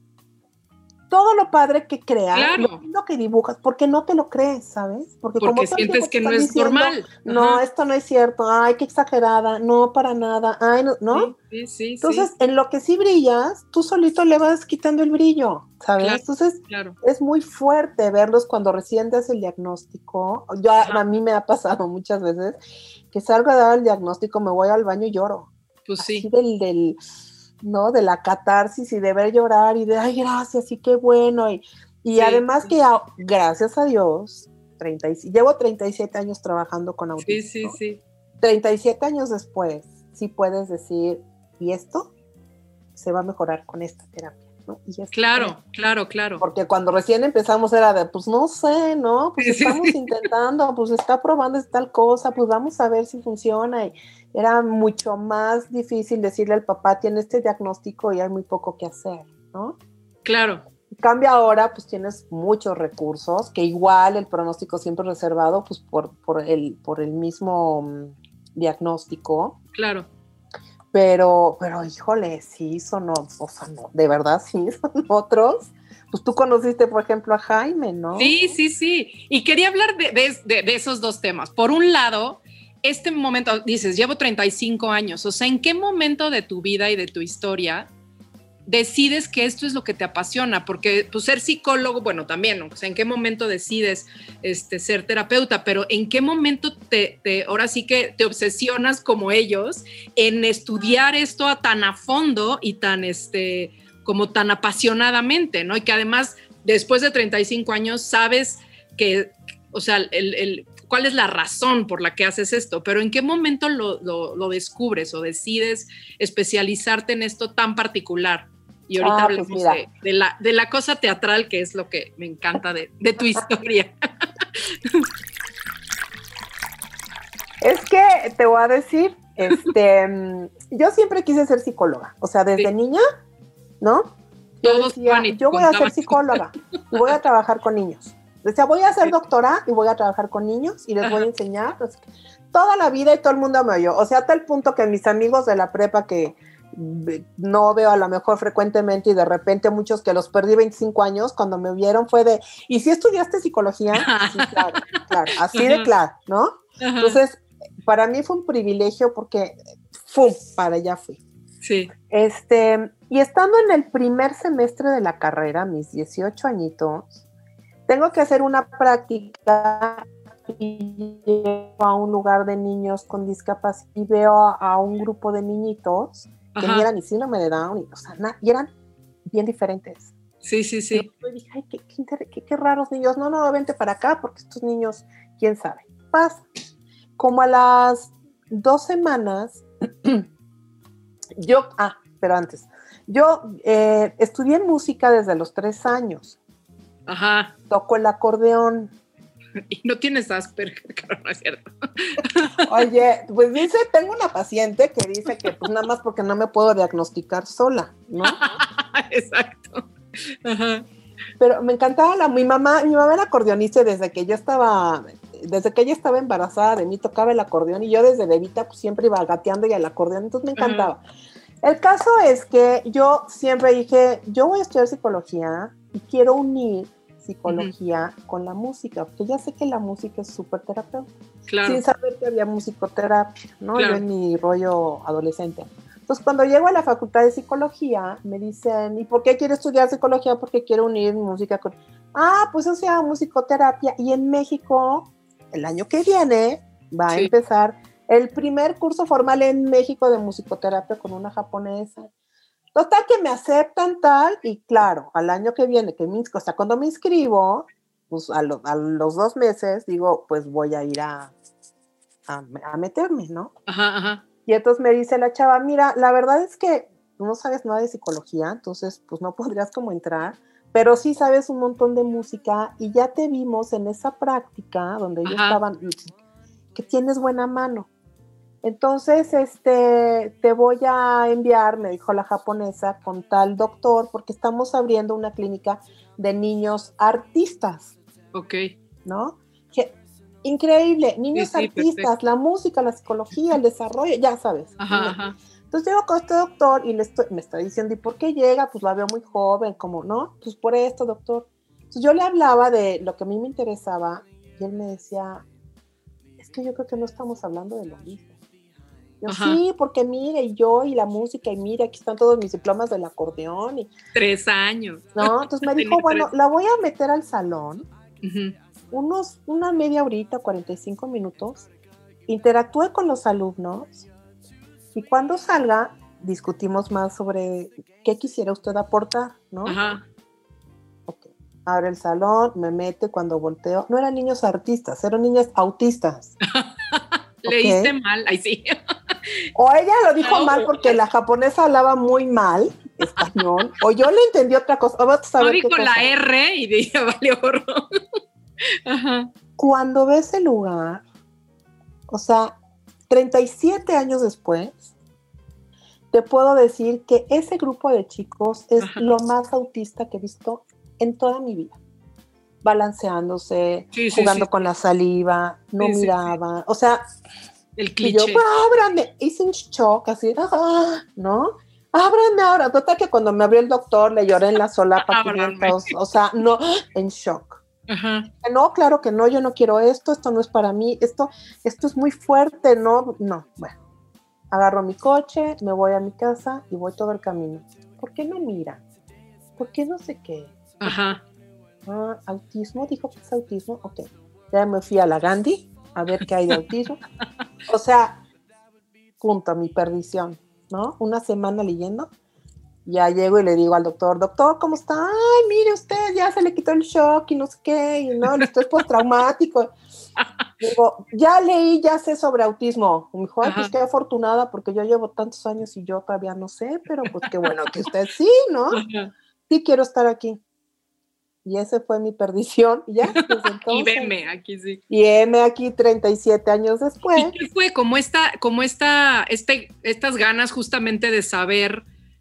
todo lo padre que creas, claro. lo lindo que dibujas, porque no te lo crees, ¿sabes? Porque, porque como sientes que no es diciendo, normal. No, Ajá. esto no es cierto, ay, qué exagerada, no, para nada, ay, no, ¿no? Sí, sí, sí. Entonces, sí. en lo que sí brillas, tú solito le vas quitando el brillo, ¿sabes? Claro, Entonces, claro. es muy fuerte verlos cuando recién das el diagnóstico. Yo, a mí me ha pasado muchas veces que salgo a dar el diagnóstico, me voy al baño y lloro. Pues sí. Así del, del, ¿no? De la catarsis y de ver llorar y de, ay, gracias, y qué bueno. Y, y sí, además sí. que, gracias a Dios, treinta y, llevo treinta y siete años trabajando con autismo. Sí, sí, sí. treinta y siete años después, sí puedes decir, ¿y esto? Se va a mejorar con esta terapia, ¿no? Y claro, terapia. claro, claro. Porque cuando recién empezamos era de, pues no sé, ¿no? Pues sí, estamos sí. intentando, pues está probando tal cosa, pues vamos a ver si funciona. Y era mucho más difícil decirle al papá, tiene este diagnóstico y hay muy poco que hacer, ¿no? Claro. En cambio ahora, pues tienes muchos recursos, que igual el pronóstico siempre reservado, pues por, por, el, por el mismo um, diagnóstico. Claro. Pero, pero híjole, sí son, o sea, no, de verdad sí son otros pues tú conociste, por ejemplo, a Jaime, ¿no? Sí, sí, sí. Y quería hablar de, de, de, de esos dos temas. Por un lado, este momento, dices, llevo treinta y cinco años, o sea, ¿en qué momento de tu vida y de tu historia decides que esto es lo que te apasiona? Porque pues, ser psicólogo, bueno, también, o sea, ¿en qué momento decides este, ser terapeuta? Pero ¿en qué momento te, te, ahora sí que te obsesionas como ellos en estudiar esto a tan a fondo y tan, este, como tan apasionadamente, ¿no? Y que además, después de treinta y cinco años, sabes que, o sea, el, el, cuál es la razón por la que haces esto, pero ¿en qué momento lo, lo, lo descubres o decides especializarte en esto tan particular? Y ahorita ah, hablamos pues de, de, la, de la cosa teatral, que es lo que me encanta de, de tu historia. Es que te voy a decir, este, yo siempre quise ser psicóloga, o sea, desde sí. niña, ¿no? Yo Todos decía, yo voy a ser psicóloga y voy a trabajar con niños. Decía, voy a ser doctora y voy a trabajar con niños y les Ajá. voy a enseñar. Pues, toda la vida y todo el mundo me oyó. O sea, hasta el punto que mis amigos de la prepa que no veo a lo mejor frecuentemente y de repente muchos que los perdí veinticinco años, cuando me vieron fue de, ¿y si estudiaste psicología? Sí, claro, claro, así Ajá. de claro, ¿no? Ajá. Entonces, para mí fue un privilegio porque, ¡fum!, para allá fui. Sí. Este, y estando en el primer semestre de la carrera, mis dieciocho añitos, tengo que hacer una práctica y llego a un lugar de niños con discapacidad y veo a, a un grupo de niñitos que Ajá. ni eran ni síndrome de Down, y, o sea, na, y eran bien diferentes. Sí, sí, sí. Y yo dije, ay, qué, qué, qué, qué raros niños. No, no, vente para acá porque estos niños, quién sabe. Pasa. Como a las dos semanas, yo, ah, pero antes, yo eh, estudié música desde los tres años. Ajá. Toco el acordeón. Y no tienes Asperger, no es cierto. Oye, pues dice, tengo una paciente que dice que pues nada más porque no me puedo diagnosticar sola, ¿no? Exacto. Ajá. Pero me encantaba la, mi mamá, mi mamá era acordeonista desde que yo estaba, desde que ella estaba embarazada de mí tocaba el acordeón y yo desde bebita pues siempre iba gateando y al acordeón, entonces me encantaba. Ajá. El caso es que yo siempre dije, yo voy a estudiar psicología y quiero unir psicología uh-huh. con la música, porque ya sé que la música es súper terapéutica, claro. sin saber que había musicoterapia, ¿no? Claro. Yo en mi rollo adolescente. Entonces, cuando llego a la facultad de psicología, me dicen, ¿y por qué quiero estudiar psicología? Porque quiero unir música con... Ah, pues o sea, musicoterapia. Y en México, el año que viene, va sí. a empezar el primer curso formal en México de musicoterapia con una japonesa. Total que me aceptan tal, y claro, al año que viene, que me, o sea, cuando me inscribo, pues a, lo, a los dos meses, digo, pues voy a ir a, a, a meterme, ¿no? Ajá, ajá. Y entonces me dice la chava, mira, la verdad es que no sabes nada de psicología, entonces pues no podrías como entrar, pero sí sabes un montón de música y ya te vimos en esa práctica donde ellos estaban, que tienes buena mano. Entonces, este, te voy a enviar, me dijo la japonesa, con tal doctor, porque estamos abriendo una clínica de niños artistas. Ok. ¿No? Que, increíble, niños sí, sí, artistas, perfecto. La música, la psicología, el desarrollo, ya sabes. Ajá, ajá. Entonces llego con este doctor y le estoy, me está diciendo, ¿y por qué llega? Pues la veo muy joven, como, ¿no? Pues por esto, doctor. Entonces yo le hablaba de lo que a mí me interesaba y él me decía, es que yo creo que no estamos hablando de lo mismo. Yo, sí, porque mire, y yo y la música, y mire, aquí están todos mis diplomas del acordeón. Y, tres años. ¿no? Entonces me dijo, bueno, la voy a meter al salón, uh-huh. unos, una media horita, cuarenta y cinco minutos, interactúe con los alumnos, y cuando salga, discutimos más sobre qué quisiera usted aportar, ¿no? Ajá. Ok. Abre el salón, me mete, cuando volteo, no eran niños artistas, eran niños autistas. Leíste okay. mal, ay sí. O ella lo dijo oh, mal porque la japonesa hablaba muy mal español, o yo le entendí otra cosa. Vamos a saber no dijo qué la cosa. R y dije, valió horror. Ajá. Cuando ves el lugar, o sea, treinta y siete años después, te puedo decir que ese grupo de chicos es Ajá. lo más autista que he visto en toda mi vida. Balanceándose, sí, sí, jugando sí. con la saliva, no sí, miraban, sí, sí. o sea, el cliché. Y yo, ábrame, hice un shock así, ah, ¿no? ábranme ahora. Total que cuando me abrió el doctor le lloré en la solapa quinientos, o sea, no, en shock. Ajá. No, claro que no, yo no quiero esto, esto no es para mí, esto, esto es muy fuerte, no, no, bueno. Agarro mi coche, me voy a mi casa y voy todo el camino. ¿Por qué no mira? ¿Por qué no sé qué? Ajá. Ah, autismo, dijo que es autismo, ok. Ya me fui a la Gandhi a ver qué hay de autismo. O sea, punto, mi perdición, ¿no? Una semana leyendo, ya llego y le digo al doctor, doctor, ¿cómo está? Ay, mire usted, ya se le quitó el shock y no sé qué, y no, esto es postraumático. Digo, ya leí, ya sé sobre autismo. Me dijo, ay, pues qué afortunada, porque yo llevo tantos años y yo todavía no sé, pero pues qué bueno que usted sí, ¿no? Ajá. Sí quiero estar aquí. Y esa fue mi perdición, ya, desde entonces. Y veme, aquí sí. Y heme aquí treinta y siete años después. ¿Y qué fue? Como esta, como esta, este, estas ganas justamente de saber,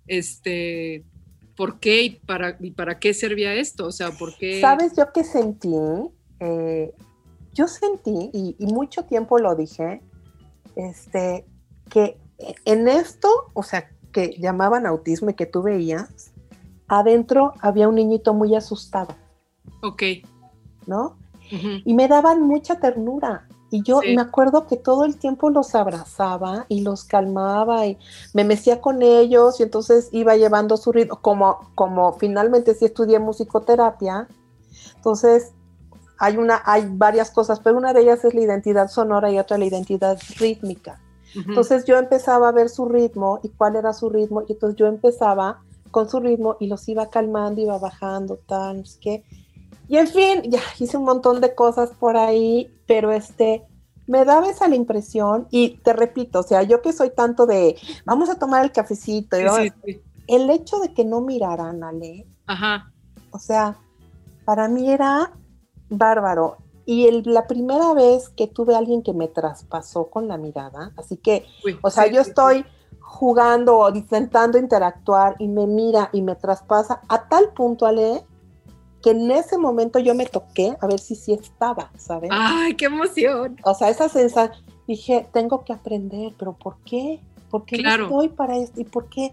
este, por qué y para, y para qué servía esto, o sea, por qué. ¿Sabes yo qué sentí? Eh, yo sentí, y, y mucho tiempo lo dije, este, que en esto, o sea, que llamaban autismo y que tú veías, adentro había un niñito muy asustado. Ok. ¿No? Uh-huh. Y me daban mucha ternura. Y yo sí. me acuerdo que todo el tiempo los abrazaba y los calmaba y me mecía con ellos y entonces iba llevando su ritmo. Como, como finalmente sí estudié musicoterapia, entonces hay, una, hay varias cosas, pero una de ellas es la identidad sonora y otra la identidad rítmica. Uh-huh. Entonces yo empezaba a ver su ritmo y cuál era su ritmo y entonces yo empezaba con su ritmo y los iba calmando, iba bajando, tal, no sé qué. Y en fin, ya hice un montón de cosas por ahí, pero este, me daba esa la impresión, y te repito, o sea, yo que soy tanto de, vamos a tomar el cafecito, sí, ¿no? sí, sí. El hecho de que no miraran, Ale, ajá. O sea, para mí era bárbaro. Y el, la primera vez que tuve a alguien que me traspasó con la mirada, así que, Uy, o sea, sí, yo sí, estoy sí. jugando o intentando interactuar y me mira y me traspasa a tal punto, Ale, que en ese momento yo me toqué a ver si sí estaba, ¿sabes? ¡Ay, qué emoción! O sea, esa sensación, dije, tengo que aprender, pero ¿por qué? ¿Por qué claro. no estoy para esto? ¿Y por qué?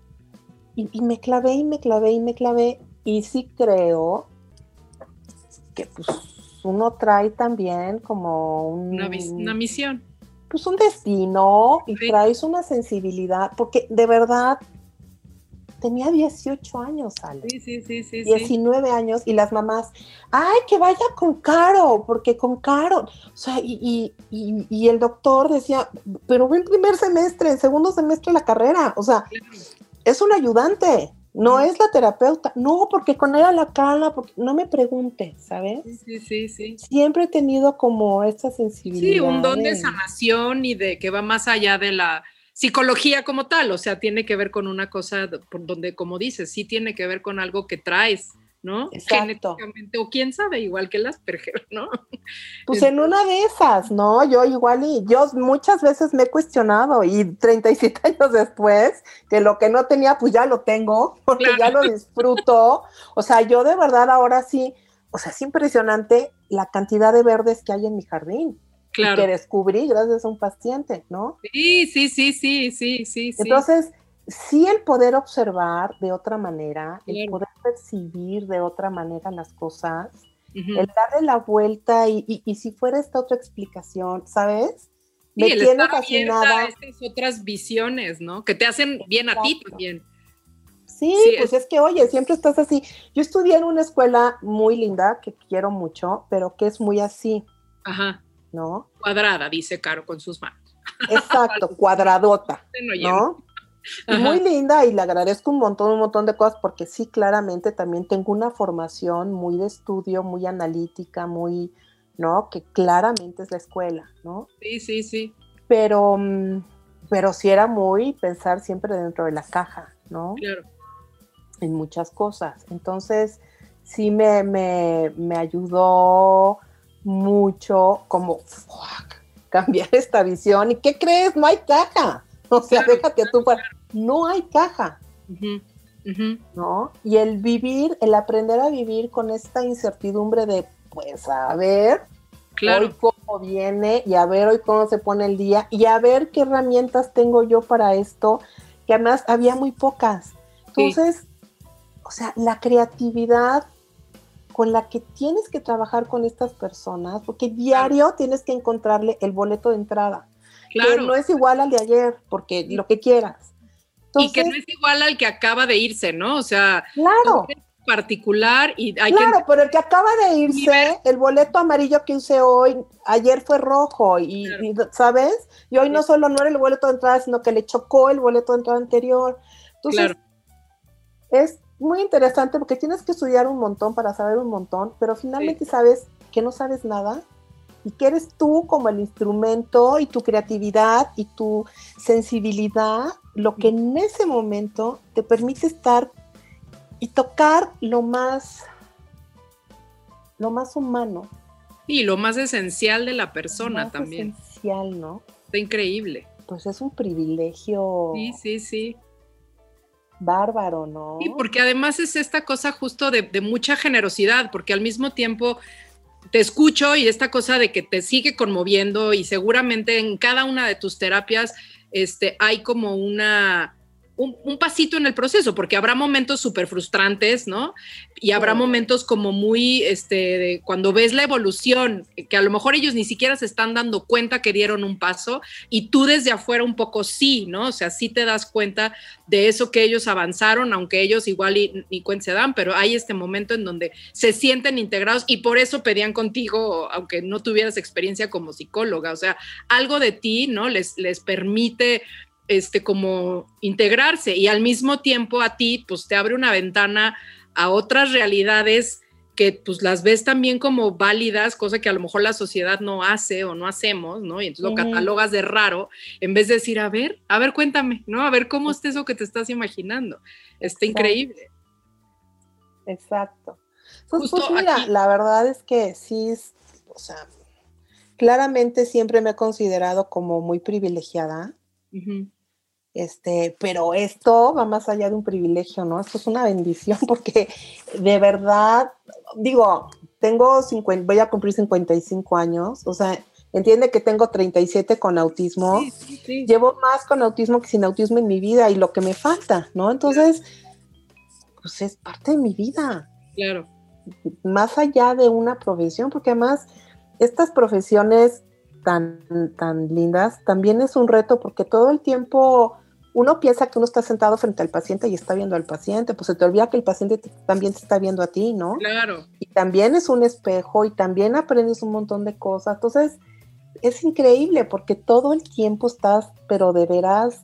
Y, y me clavé y me clavé y me clavé, y sí creo que pues uno trae también como un, una, vis- una misión. Pues un destino, y sí. traes una sensibilidad, porque de verdad tenía dieciocho años, Ale. Sí, sí, sí, sí. diecinueve sí. años, y las mamás, ¡ay, que vaya con Caro! Porque con Caro, o sea, y, y, y, y el doctor decía, pero ve en primer semestre, en segundo semestre la carrera, o sea, claro. es un ayudante, no sí. es la terapeuta, no, porque con ella la cala, porque no me pregunte, ¿sabes? Sí, sí, sí, sí. Siempre he tenido como esta sensibilidad. Sí, un don de sanación y de que va más allá de la psicología como tal, o sea, tiene que ver con una cosa por donde, como dices, sí tiene que ver con algo que traes, ¿no? Exacto. Genéticamente, o quién sabe, igual que el Asperger, ¿no? Pues en una de esas, ¿no? Yo igual y yo muchas veces me he cuestionado, y treinta y siete años después, que lo que no tenía, pues ya lo tengo, porque claro. ya lo disfruto. O sea, yo de verdad ahora sí, o sea, es impresionante la cantidad de verdes que hay en mi jardín. Claro. Que descubrí gracias a un paciente, ¿no? Sí, sí, sí, sí, sí, sí. Entonces, sí el poder observar de otra manera, claro. el poder percibir de otra manera las cosas, uh-huh. el darle la vuelta y, y, y si fuera esta otra explicación, ¿sabes? Sí, me tiene fascinada. A estas otras visiones, ¿no? Que te hacen bien Exacto. a ti también. Sí, sí, pues es... es que, oye, siempre estás así. Yo estudié en una escuela muy linda, que quiero mucho, pero que es muy así. Ajá. ¿No? Cuadrada, dice Caro con sus manos. Exacto, cuadradota, ¿no? Y muy linda, y le agradezco un montón, un montón de cosas, porque sí, claramente también tengo una formación muy de estudio, muy analítica, muy, ¿no? Que claramente es la escuela, ¿no? Sí, sí, sí. Pero, pero sí era muy pensar siempre dentro de la caja, ¿no? Claro. En muchas cosas. Entonces, sí me, me, me ayudó mucho como fuck, cambiar esta visión. ¿Y qué crees? No hay caja. O sea, claro, déjate claro, tú para... Claro. No hay caja. Uh-huh, uh-huh. ¿No? Y el vivir, el aprender a vivir con esta incertidumbre de, pues, a ver claro. hoy cómo viene, y a ver hoy cómo se pone el día, y a ver qué herramientas tengo yo para esto, que además había muy pocas. Entonces, sí. o sea, la creatividad con la que tienes que trabajar con estas personas, porque diario claro. tienes que encontrarle el boleto de entrada, claro. que no es igual al de ayer, porque sí. lo que quieras. Entonces, y que no es igual al que acaba de irse, ¿no? O sea, claro. particular y hay claro, que... pero el que acaba de irse, el boleto amarillo que usé hoy, ayer fue rojo y, claro. y ¿sabes? Y hoy sí. no solo no era el boleto de entrada, sino que le chocó el boleto de entrada anterior. Entonces, claro. es muy interesante porque tienes que estudiar un montón para saber un montón, pero finalmente sí. sabes que no sabes nada y que eres tú como el instrumento y tu creatividad y tu sensibilidad lo que en ese momento te permite estar y tocar lo más lo más humano. Y lo más esencial de la persona más también. Esencial, ¿no? Está increíble. Pues es un privilegio. Sí, sí, sí. Bárbaro, ¿no? Sí, porque además es esta cosa justo de, de mucha generosidad, porque al mismo tiempo te escucho y esta cosa de que te sigue conmoviendo y seguramente en cada una de tus terapias este, hay como una... Un, un pasito en el proceso, porque habrá momentos súper frustrantes, ¿no? Y habrá sí. momentos como muy, este, de, cuando ves la evolución, que a lo mejor ellos ni siquiera se están dando cuenta que dieron un paso, y tú desde afuera un poco sí, ¿no? O sea, sí te das cuenta de eso que ellos avanzaron, aunque ellos igual y, ni cuenta se dan, pero hay este momento en donde se sienten integrados, y por eso pedían contigo, aunque no tuvieras experiencia como psicóloga, o sea, algo de ti, ¿no? Les, les permite... Este, como integrarse y al mismo tiempo a ti pues te abre una ventana a otras realidades que pues las ves también como válidas, cosa que a lo mejor la sociedad no hace o no hacemos, ¿no? Y entonces uh-huh. lo catalogas de raro en vez de decir, a ver, a ver, cuéntame, ¿no? A ver cómo es eso que te estás imaginando. Está Exacto. increíble. Exacto. Pues, pues mira, aquí... la verdad es que sí, o sea, claramente siempre me he considerado como muy privilegiada. Uh-huh. Este, pero esto va más allá de un privilegio, ¿no? Esto es una bendición porque de verdad, digo, tengo cincuenta, voy a cumplir cincuenta y cinco años, o sea, entiende que tengo treinta y siete con autismo, sí, sí, sí. llevo más con autismo que sin autismo en mi vida y lo que me falta, ¿no? Entonces, pues es parte de mi vida. Claro. Más allá de una profesión, porque además estas profesiones tan, tan lindas también es un reto porque todo el tiempo... Uno piensa que uno está sentado frente al paciente y está viendo al paciente, pues se te olvida que el paciente te, también te está viendo a ti, ¿no? Claro. Y también es un espejo y también aprendes un montón de cosas. Entonces, es increíble porque todo el tiempo estás, pero de veras,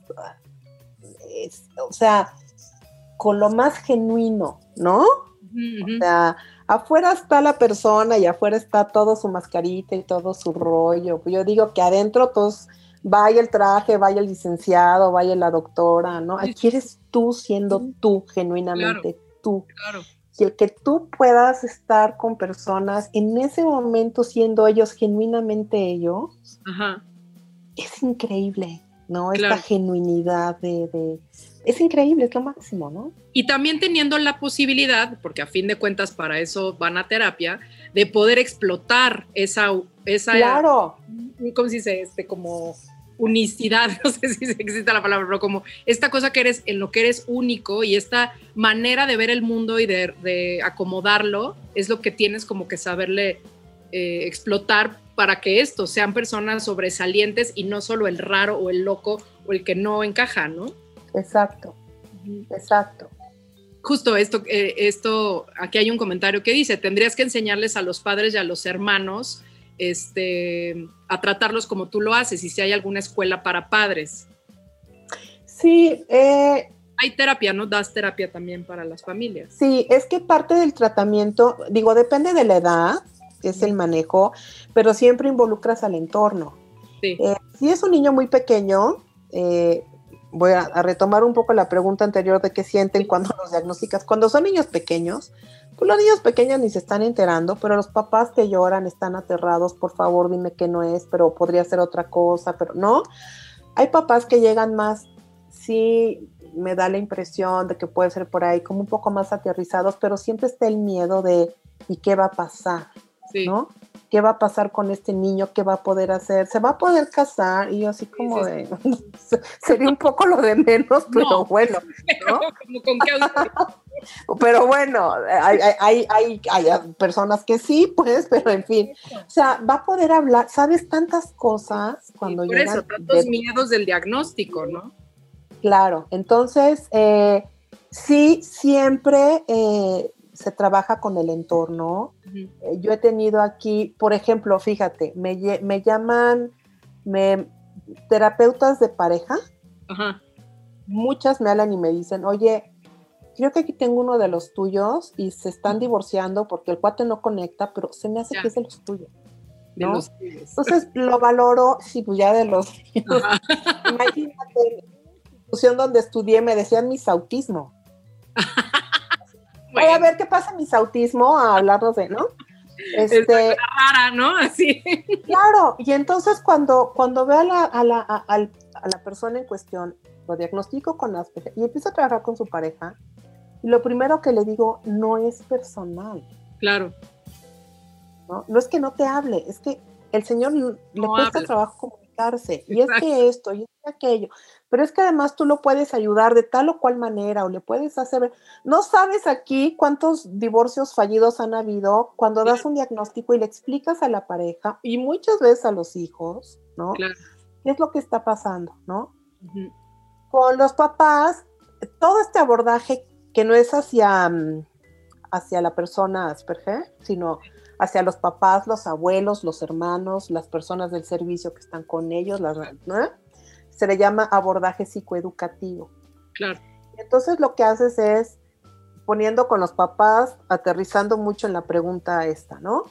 es, o sea, con lo más genuino, ¿no? Uh-huh. O sea, afuera está la persona y afuera está todo su mascarita y todo su rollo. Yo digo que adentro todos... Vaya el traje, vaya el licenciado, vaya la doctora, ¿no? Aquí eres tú siendo tú, genuinamente claro, tú. Claro. Y el que tú puedas estar con personas en ese momento siendo ellos genuinamente ellos, Ajá. es increíble, ¿no? Claro. Esta genuinidad de, de... Es increíble, es lo máximo, ¿no? Y también teniendo la posibilidad, porque a fin de cuentas para eso van a terapia, de poder explotar esa... esa claro. ¿Cómo se dice? Este, como... unicidad, no sé si existe la palabra, pero como esta cosa que eres, en lo que eres único y esta manera de ver el mundo y de, de acomodarlo, es lo que tienes como que saberle eh, explotar para que estos sean personas sobresalientes y no solo el raro o el loco o el que no encaja, ¿no? Exacto, uh-huh. exacto. Justo esto, eh, esto, aquí hay un comentario que dice, tendrías que enseñarles a los padres y a los hermanos Este, a tratarlos como tú lo haces y si hay alguna escuela para padres. Sí, eh, hay terapia, ¿no? Das terapia también para las familias. Sí, es que parte del tratamiento, digo, depende de la edad, es sí. el manejo, pero siempre involucras al entorno. Sí. Eh, si es un niño muy pequeño, eh, voy a, a retomar un poco la pregunta anterior de qué sienten sí. cuando los diagnosticas. Cuando son niños pequeños, pues los niños pequeños ni se están enterando, pero los papás que lloran están aterrados, por favor dime que no es, pero podría ser otra cosa, pero no. Hay papás que llegan más, sí, me da la impresión de que puede ser por ahí como un poco más aterrizados, pero siempre está el miedo de ¿y qué va a pasar? sí. ¿no? ¿Qué va a pasar con este niño? ¿Qué va a poder hacer? ¿Se va a poder casar? Y yo así como sí, sí, de, sí. sería un poco lo de menos, pero no, bueno, ¿no? Como con qué Pero bueno, hay, hay, hay, hay personas que sí, pues, pero en fin. O sea, va a poder hablar, sabes tantas cosas cuando y por llegan. eso, tantos de... miedos del diagnóstico, ¿no? Claro, entonces, eh, sí, siempre eh, se trabaja con el entorno. Uh-huh. Eh, yo he tenido aquí, por ejemplo, fíjate, me, me llaman me, terapeutas de pareja. Ajá. Muchas me hablan y me dicen, oye, creo que aquí tengo uno de los tuyos y se están divorciando porque el cuate no conecta, pero se me hace ya. que es de los tuyos, ¿no? De los tuyos. Entonces lo valoro, sí, pues ya de los tuyos. Imagínate, en una institución donde estudié me decían mis autismo. Bueno. Voy a ver qué pasa mis autismo, a hablarnos de, ¿no? Este, es rara, ¿no? Así. Claro, y entonces cuando, cuando veo a la, a, la, a, a la persona en cuestión, lo diagnostico con Asperger y empiezo a trabajar con su pareja, y lo primero que le digo, no es personal. Claro. No, no es que no te hable, es que el señor no le cuesta habla. Trabajo comunicarse, y es que esto, y es que aquello, pero es que además tú lo puedes ayudar de tal o cual manera, o le puedes hacer, no sabes aquí cuántos divorcios fallidos han habido cuando claro. das un diagnóstico y le explicas a la pareja, y muchas veces a los hijos, ¿no? Claro. ¿Qué es lo que está pasando, no? Uh-huh. Con los papás, todo este abordaje que no es hacia, hacia la persona Asperger, sino hacia los papás, los abuelos, los hermanos, las personas del servicio que están con ellos, las, ¿no? Se le llama abordaje psicoeducativo. Claro. Entonces lo que haces es, poniendo con los papás, aterrizando mucho en la pregunta esta, ¿no?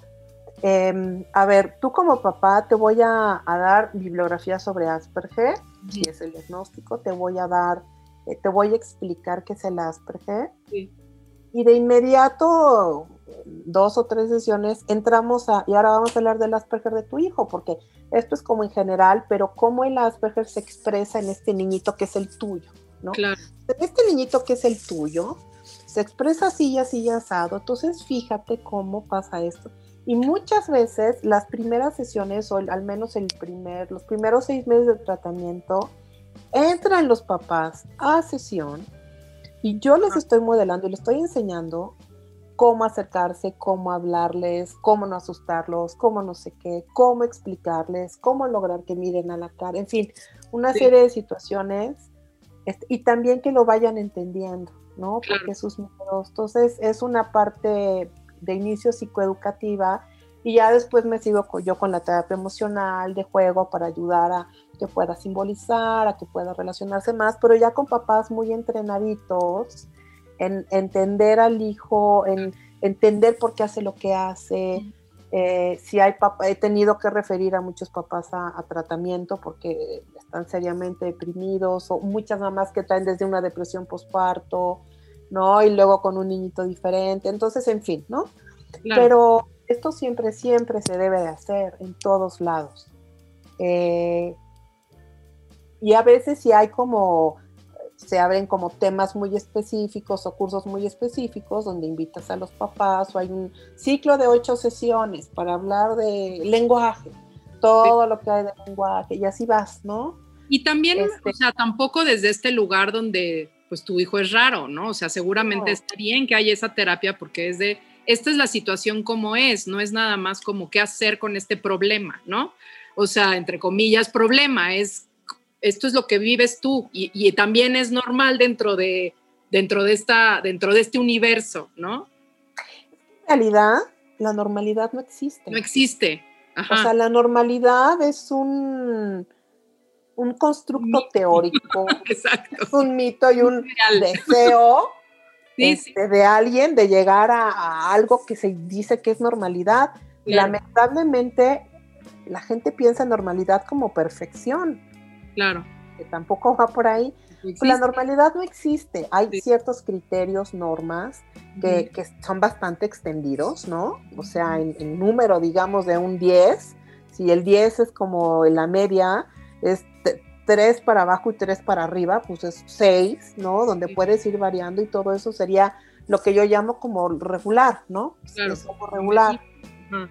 Eh, a ver, tú como papá te voy a, a dar bibliografía sobre Asperger, uh-huh. si es el diagnóstico, te voy a dar Eh, te voy a explicar qué es el Asperger. Sí. Y de inmediato, dos o tres sesiones, entramos a, y ahora vamos a hablar del Asperger de tu hijo, porque esto es como en general, pero cómo el Asperger se expresa en este niñito que es el tuyo, ¿no? Claro. Este niñito que es el tuyo, se expresa así y así y asado, entonces fíjate cómo pasa esto. Y muchas veces, las primeras sesiones, o el, al menos el primer, los primeros seis meses de tratamiento, entran los papás a sesión y yo les estoy modelando y les estoy enseñando cómo acercarse, cómo hablarles, cómo no asustarlos, cómo no sé qué, cómo explicarles, cómo lograr que miren a la cara, en fin, una sí. serie de situaciones este, y también que lo vayan entendiendo, ¿no? Claro. Porque sus miedos, entonces es una parte de inicio psicoeducativa y ya después me sigo con, yo con la terapia emocional de juego para ayudar a que pueda simbolizar, a que pueda relacionarse más, pero ya con papás muy entrenaditos en entender al hijo, en entender por qué hace lo que hace. Eh, si hay papá, he tenido que referir a muchos papás a, a tratamiento porque están seriamente deprimidos, o muchas mamás que traen desde una depresión postparto, ¿no? Y luego con un niñito diferente, entonces, en fin, ¿no? Claro. Pero esto siempre, siempre se debe de hacer en todos lados. Eh, y a veces si hay como, se abren como temas muy específicos o cursos muy específicos donde invitas a los papás, o hay un ciclo de ocho sesiones para hablar de lenguaje, todo sí. lo que hay de lenguaje, y así vas, ¿no? Y también, este, o sea, tampoco desde este lugar donde pues tu hijo es raro, ¿no? O sea, seguramente no. está bien que haya esa terapia porque es de, esta es la situación como es, no es nada más como qué hacer con este problema, ¿no? O sea, entre comillas, problema, es esto es lo que vives tú y, y también es normal dentro de, dentro, de esta, dentro de este universo, ¿no? En realidad, la normalidad no existe. No existe. Ajá. O sea, la normalidad es un, un constructo mito. teórico. Exacto. Es un mito y un Real. deseo sí, este, sí. de alguien de llegar a, a algo que se dice que es normalidad. Claro. Lamentablemente, la gente piensa en normalidad como perfección. Claro. Que tampoco va por ahí. Pues la normalidad no existe. Hay sí. ciertos criterios, normas, que, uh-huh. que son bastante extendidos, ¿no? O sea, en, en número, digamos, de un diez, si el diez es como la media, es tres para abajo y tres para arriba, pues es seis, ¿no? Donde sí. puedes ir variando y todo eso sería lo que yo llamo como regular, ¿no? Claro. Es como regular. Uh-huh.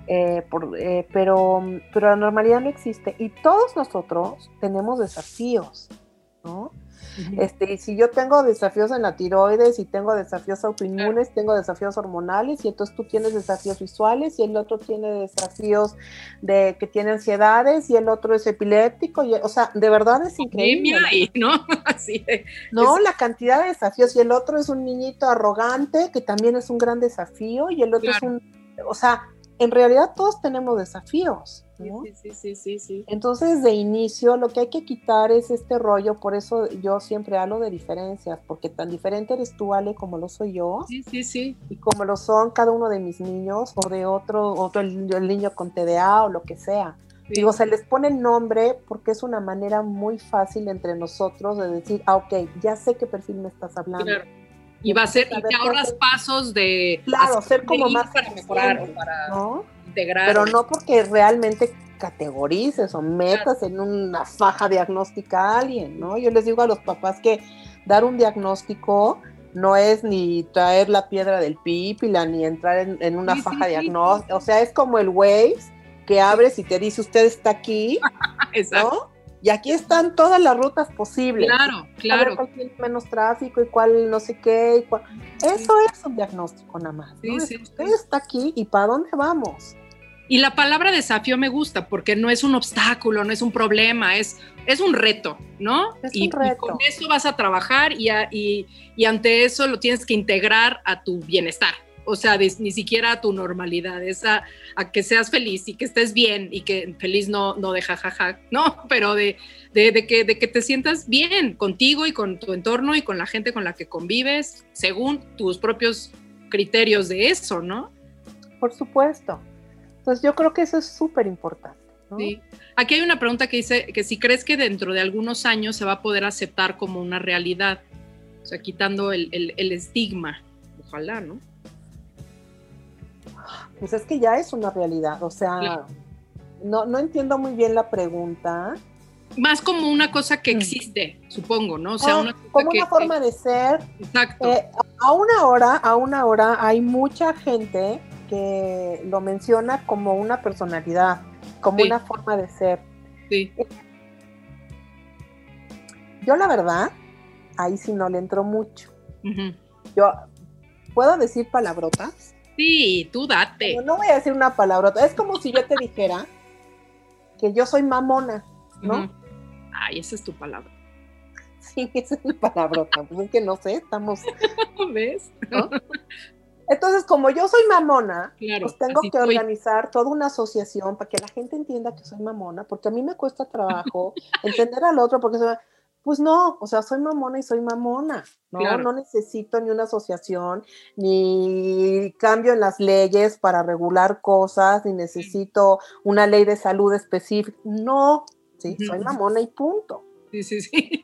eh, por, eh, pero, pero la normalidad no existe y todos nosotros tenemos desafíos, ¿no? Uh-huh. Este, y si yo tengo desafíos en la tiroides y tengo desafíos autoinmunes, claro. tengo desafíos hormonales y entonces tú tienes desafíos visuales y el otro tiene desafíos de que tiene ansiedades y el otro es epiléptico, y, o sea, de verdad es increíble. Y, ¿no? Así es. No, la cantidad de desafíos y el otro es un niñito arrogante que también es un gran desafío y el otro claro. es un, o sea, en realidad todos tenemos desafíos, ¿no? Sí, sí, sí, sí, sí. Entonces, de inicio, lo que hay que quitar es este rollo, por eso yo siempre hablo de diferencias, porque tan diferente eres tú, Ale, como lo soy yo. Sí, sí, sí. Y como lo son cada uno de mis niños, o de otro, otro el, el niño con T D A, o lo que sea. Sí. Digo, se les pone nombre porque es una manera muy fácil entre nosotros de decir, ah, ok, ya sé qué perfil me estás hablando. Claro. Y va a ser, y te ahorras pasos de... Claro, ser como más... Para mejorar o para ¿no? integrar. Pero no porque realmente categorices o metas claro. en una faja diagnóstica a alguien, ¿no? Yo les digo a los papás que dar un diagnóstico no es ni traer la piedra del pípila, ni entrar en, en una sí, faja sí, diagnóstica. Sí. O sea, es como el Waze que abres y te dice, usted está aquí, exacto. ¿no? Y aquí están todas las rutas posibles. Claro, claro. A ver cuál tiene menos tráfico y cuál no sé qué. Y cuál... Eso sí. es un diagnóstico nada más. Sí, ¿no? sí, Usted sí. está aquí y ¿para dónde vamos? Y la palabra desafío me gusta porque no es un obstáculo, no es un problema, es, es un reto, ¿no? Es y, un reto. Y con eso vas a trabajar y, a, y, y ante eso lo tienes que integrar a tu bienestar. O sea, de, ni siquiera a tu normalidad, es a, a que seas feliz y que estés bien y que feliz no, no de jajaja, no, pero de, de, de, que, de que te sientas bien contigo y con tu entorno y con la gente con la que convives, según tus propios criterios de eso, ¿no? Por supuesto. Entonces yo creo que eso es súper importante, ¿no? Sí. Aquí hay una pregunta que dice que si crees que dentro de algunos años se va a poder aceptar como una realidad, o sea, quitando el, el, el estigma, ojalá, ¿no? Pues es que ya es una realidad, o sea, claro. no, no entiendo muy bien la pregunta. Más como una cosa que existe, mm. supongo, ¿no? O sea, ah, una cosa como que, una forma que... de ser. Exacto. Eh, a una hora, a una hora hay mucha gente que lo menciona como una personalidad, como sí. una forma de ser. Sí. Yo la verdad, ahí sí no le entro mucho. Uh-huh. Yo, ¿puedo decir palabrotas? Sí, tú date. Pero no voy a decir una palabrota. Es como si yo te dijera que yo soy mamona, ¿no? Uh-huh. Ay, esa es tu palabra. Sí, esa es mi palabrota. Pues es que no sé, estamos... ¿Ves? ¿no? Entonces, como yo soy mamona, claro, pues tengo que soy. organizar toda una asociación para que la gente entienda que soy mamona, porque a mí me cuesta trabajo entender al otro, porque se pues no, o sea, soy mamona y soy mamona, ¿no? Claro. No necesito ni una asociación, ni cambio en las leyes para regular cosas, ni necesito una ley de salud específica, no, sí, uh-huh. soy mamona y punto. Sí, sí, sí.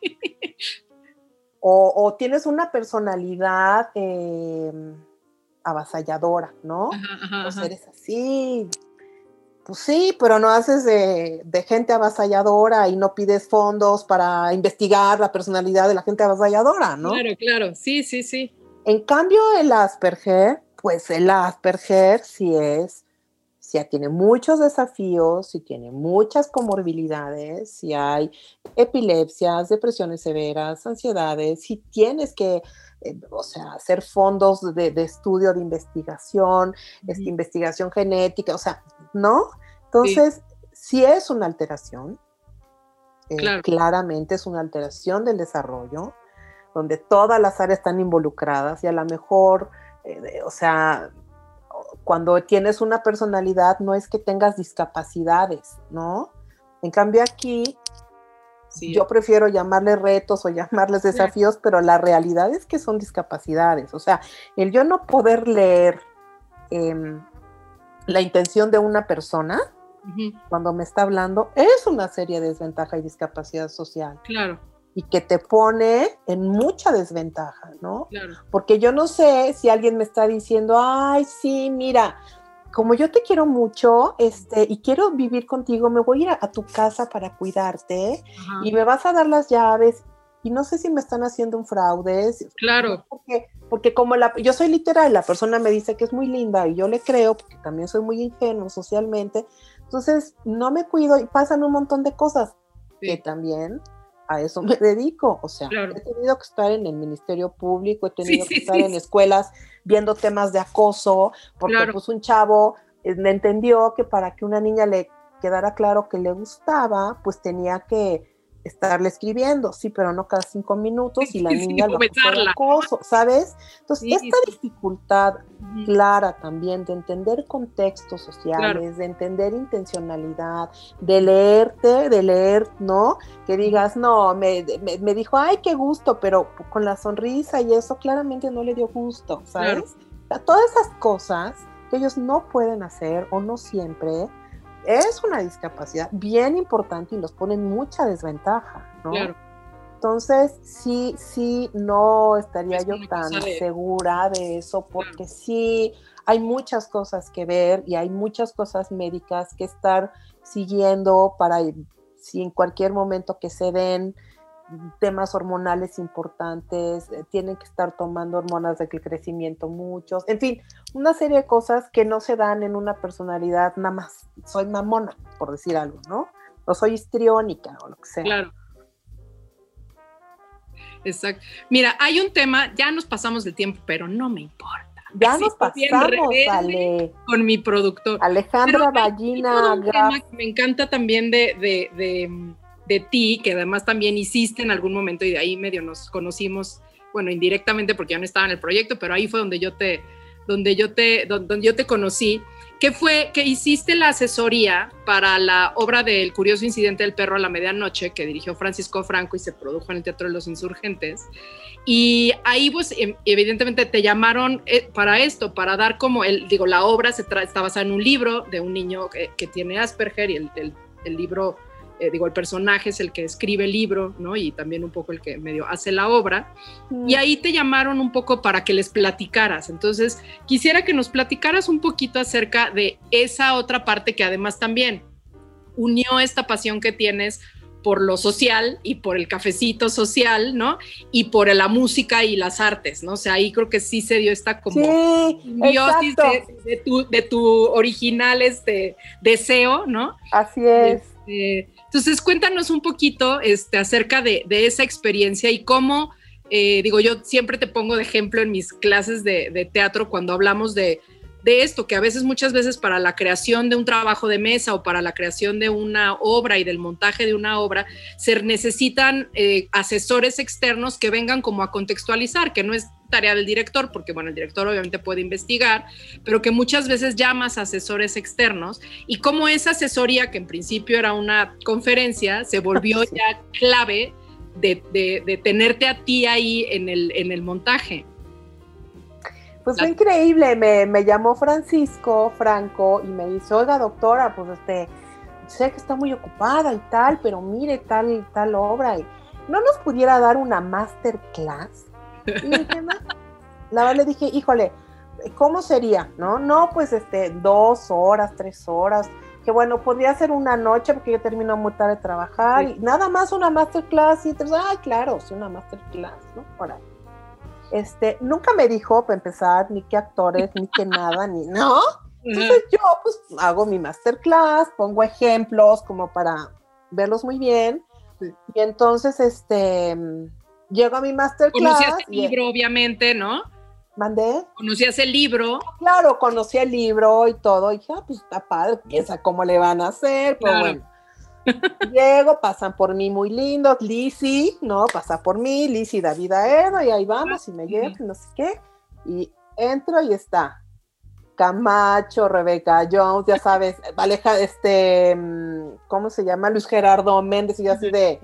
O, o tienes una personalidad eh, avasalladora, ¿no? Ajá, ajá, pues ajá. eres así... Pues sí, pero no haces de, de gente avasalladora y no pides fondos para investigar la personalidad de la gente avasalladora, ¿no? Claro, claro, sí, sí, sí. En cambio, el Asperger, pues el Asperger sí es, sí tiene muchos desafíos, sí tiene muchas comorbilidades, sí hay epilepsias, depresiones severas, ansiedades, sí tienes que... Eh, o sea, hacer fondos de, de estudio, de investigación, uh-huh. este, investigación genética, o sea, ¿no? Entonces, sí, sí es una alteración, eh, claro. claramente es una alteración del desarrollo, donde todas las áreas están involucradas y a lo mejor, eh, o sea, cuando tienes una personalidad no es que tengas discapacidades, ¿no? En cambio aquí... Sí. Yo prefiero llamarles retos o llamarles desafíos, sí. pero la realidad es que son discapacidades. O sea, el yo no poder leer eh, la intención de una persona uh-huh. cuando me está hablando es una seria desventaja y discapacidad social. Claro. Y que te pone en mucha desventaja, ¿no? Claro. Porque yo no sé si alguien me está diciendo, ay, sí, mira... como yo te quiero mucho este, y quiero vivir contigo, me voy a ir a, a tu casa para cuidarte uh-huh. y me vas a dar las llaves y no sé si me están haciendo un fraude. Claro. Porque porque como la, yo soy literal, la persona me dice que es muy linda y yo le creo, porque también soy muy ingenuo socialmente, entonces no me cuido y pasan un montón de cosas sí. que también a eso me dedico, o sea, claro. he tenido que estar en el Ministerio Público, he tenido sí, que sí, estar sí. en escuelas viendo temas de acoso, porque claro. pues un chavo eh, entendió que para que una niña le quedara claro que le gustaba, pues tenía que estarle escribiendo, sí, pero no cada cinco minutos, y la niña sí, lo acusó de acoso, ¿sabes? Entonces, sí, esta sí. dificultad uh-huh. clara también de entender contextos sociales, claro. de entender intencionalidad, de leerte, de leer, ¿no? Que digas, no, me, me, me dijo, ay, qué gusto, pero con la sonrisa y eso claramente no le dio gusto, ¿sabes? Claro. Todas esas cosas que ellos no pueden hacer, o no siempre, es una discapacidad bien importante y los pone en mucha desventaja, ¿no? Claro. Entonces, sí, sí, no estaría es yo tan de... segura de eso, porque claro. sí hay muchas cosas que ver y hay muchas cosas médicas que estar siguiendo para, si en cualquier momento que se den temas hormonales importantes, eh, tienen que estar tomando hormonas de crecimiento muchos, en fin, una serie de cosas que no se dan en una personalidad nada más, soy mamona, por decir algo, ¿no? O soy histriónica o lo que sea. Claro. Exacto. Mira, hay un tema, ya nos pasamos del tiempo, pero no me importa. Ya Así nos pasamos, Ale. Con mi productor. Alejandra Ballina. Un tema que me encanta también de... de, de de ti, que además también hiciste en algún momento y de ahí medio nos conocimos, bueno, indirectamente porque ya no estaba en el proyecto, pero ahí fue donde yo te, donde yo te, donde, donde yo te conocí, que fue que hiciste la asesoría para la obra del curioso incidente del perro a la medianoche, que dirigió Francisco Franco y se produjo en el Teatro de los Insurgentes, y ahí pues evidentemente te llamaron para esto, para dar como, el, digo, la obra se tra- está basada en un libro de un niño que, que tiene Asperger, y el, el, el libro Eh, digo, el personaje es el que escribe el libro, ¿no? Y también un poco el que medio hace la obra. Mm. Y ahí te llamaron un poco para que les platicaras. Entonces, quisiera que nos platicaras un poquito acerca de esa otra parte que además también unió esta pasión que tienes por lo social y por el cafecito social, ¿no? Y por la música y las artes, ¿no? O sea, ahí creo que sí se dio esta como sí, simbiosis de, de, tu, de tu original este, deseo, ¿no? Así es. Este, entonces, cuéntanos un poquito este, acerca de, de esa experiencia y cómo, eh, digo, yo siempre te pongo de ejemplo en mis clases de, de teatro cuando hablamos de, de esto, que a veces, muchas veces para la creación de un trabajo de mesa o para la creación de una obra y del montaje de una obra, se necesitan eh, asesores externos que vengan como a contextualizar, que no es tarea del director, porque bueno, el director obviamente puede investigar, pero que muchas veces llamas a asesores externos, y cómo esa asesoría, que en principio era una conferencia, se volvió sí. ya clave de, de, de tenerte a ti ahí en el, en el montaje. Pues fue increíble, me, me llamó Francisco Franco y me dice, oiga doctora, pues este, sé que está muy ocupada y tal, pero mire tal, tal obra, y ¿no nos pudiera dar una masterclass? Y dije, no. La verdad le dije, híjole, ¿cómo sería? No, no, pues este, dos horas, tres horas, que bueno, podría ser una noche porque yo termino muy tarde de trabajar, sí. y nada más una masterclass, y entonces, ay, claro, sí, una masterclass, ¿no? Por ahí. Este, nunca me dijo, para empezar, ni qué actores, ni qué nada, ni, ¿no? Entonces yo, pues, hago mi masterclass, pongo ejemplos como para verlos muy bien, sí. y entonces, este, llego a mi masterclass. Conocías el libro, y, obviamente, ¿no? ¿Mandé? ¿Conocías el libro? Claro, conocí el libro y todo, y dije, ah, pues, está padre, piensa cómo le van a hacer, pero claro. bueno. Llego, pasan por mí muy lindos, Lizzy, ¿no? Pasa por mí, Lizzy, David Aedo, y ahí vamos, y me llevo, y no sé qué, y entro y está Camacho, Rebeca Jones, ya sabes, Aleja, este, ¿cómo se llama? Luis Gerardo Méndez, y yo así de,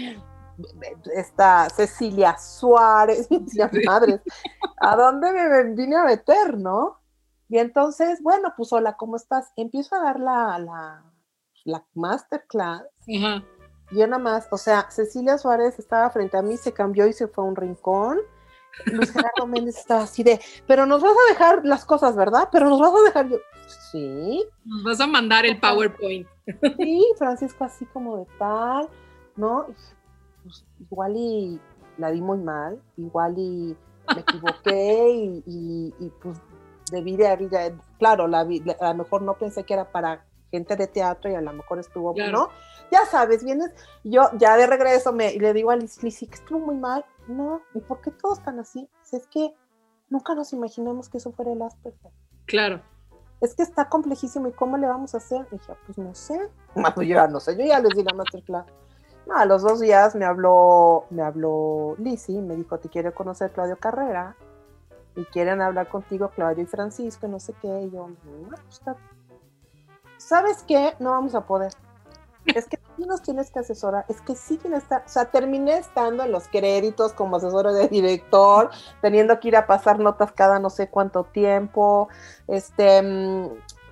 esta Cecilia Suárez, ya madres, ¿a dónde me vine a meter, no? Y entonces, bueno, pues hola, ¿cómo estás? Empiezo a dar la, la la masterclass, uh-huh. yo nada más, o sea, Cecilia Suárez estaba frente a mí, se cambió y se fue a un rincón, Luis Gerardo Méndez estaba así de, pero nos vas a dejar las cosas, ¿verdad? Pero nos vas a dejar, yo, sí. Nos vas a mandar el PowerPoint. Sí, Francisco así como de tal, ¿no? Pues, igual y la di muy mal, igual y me equivoqué y, y, y pues debí de haber, ya, claro, la, a lo mejor no pensé que era para gente de teatro y a lo mejor estuvo, claro. ¿no? Ya sabes, vienes, yo ya de regreso me le digo a Liz, Liz, que estuvo muy mal. No, ¿y por qué todos están así? Es que nunca nos imaginamos que eso fuera el Asperger. Claro. Es que está complejísimo, ¿y cómo le vamos a hacer? Y dije, pues no sé. No, pues yo ya no sé, yo ya les di la masterclass. No, a los dos días me habló, me habló Lizzy, me dijo, te quiere conocer Claudio Carrera, y quieren hablar contigo Claudio y Francisco, no sé qué, y yo, no, pues está... ¿Sabes qué? No vamos a poder. Es que sí nos tienes que asesorar, es que sí tienes que estar, o sea, terminé estando en los créditos como asesora de director, teniendo que ir a pasar notas cada no sé cuánto tiempo, este,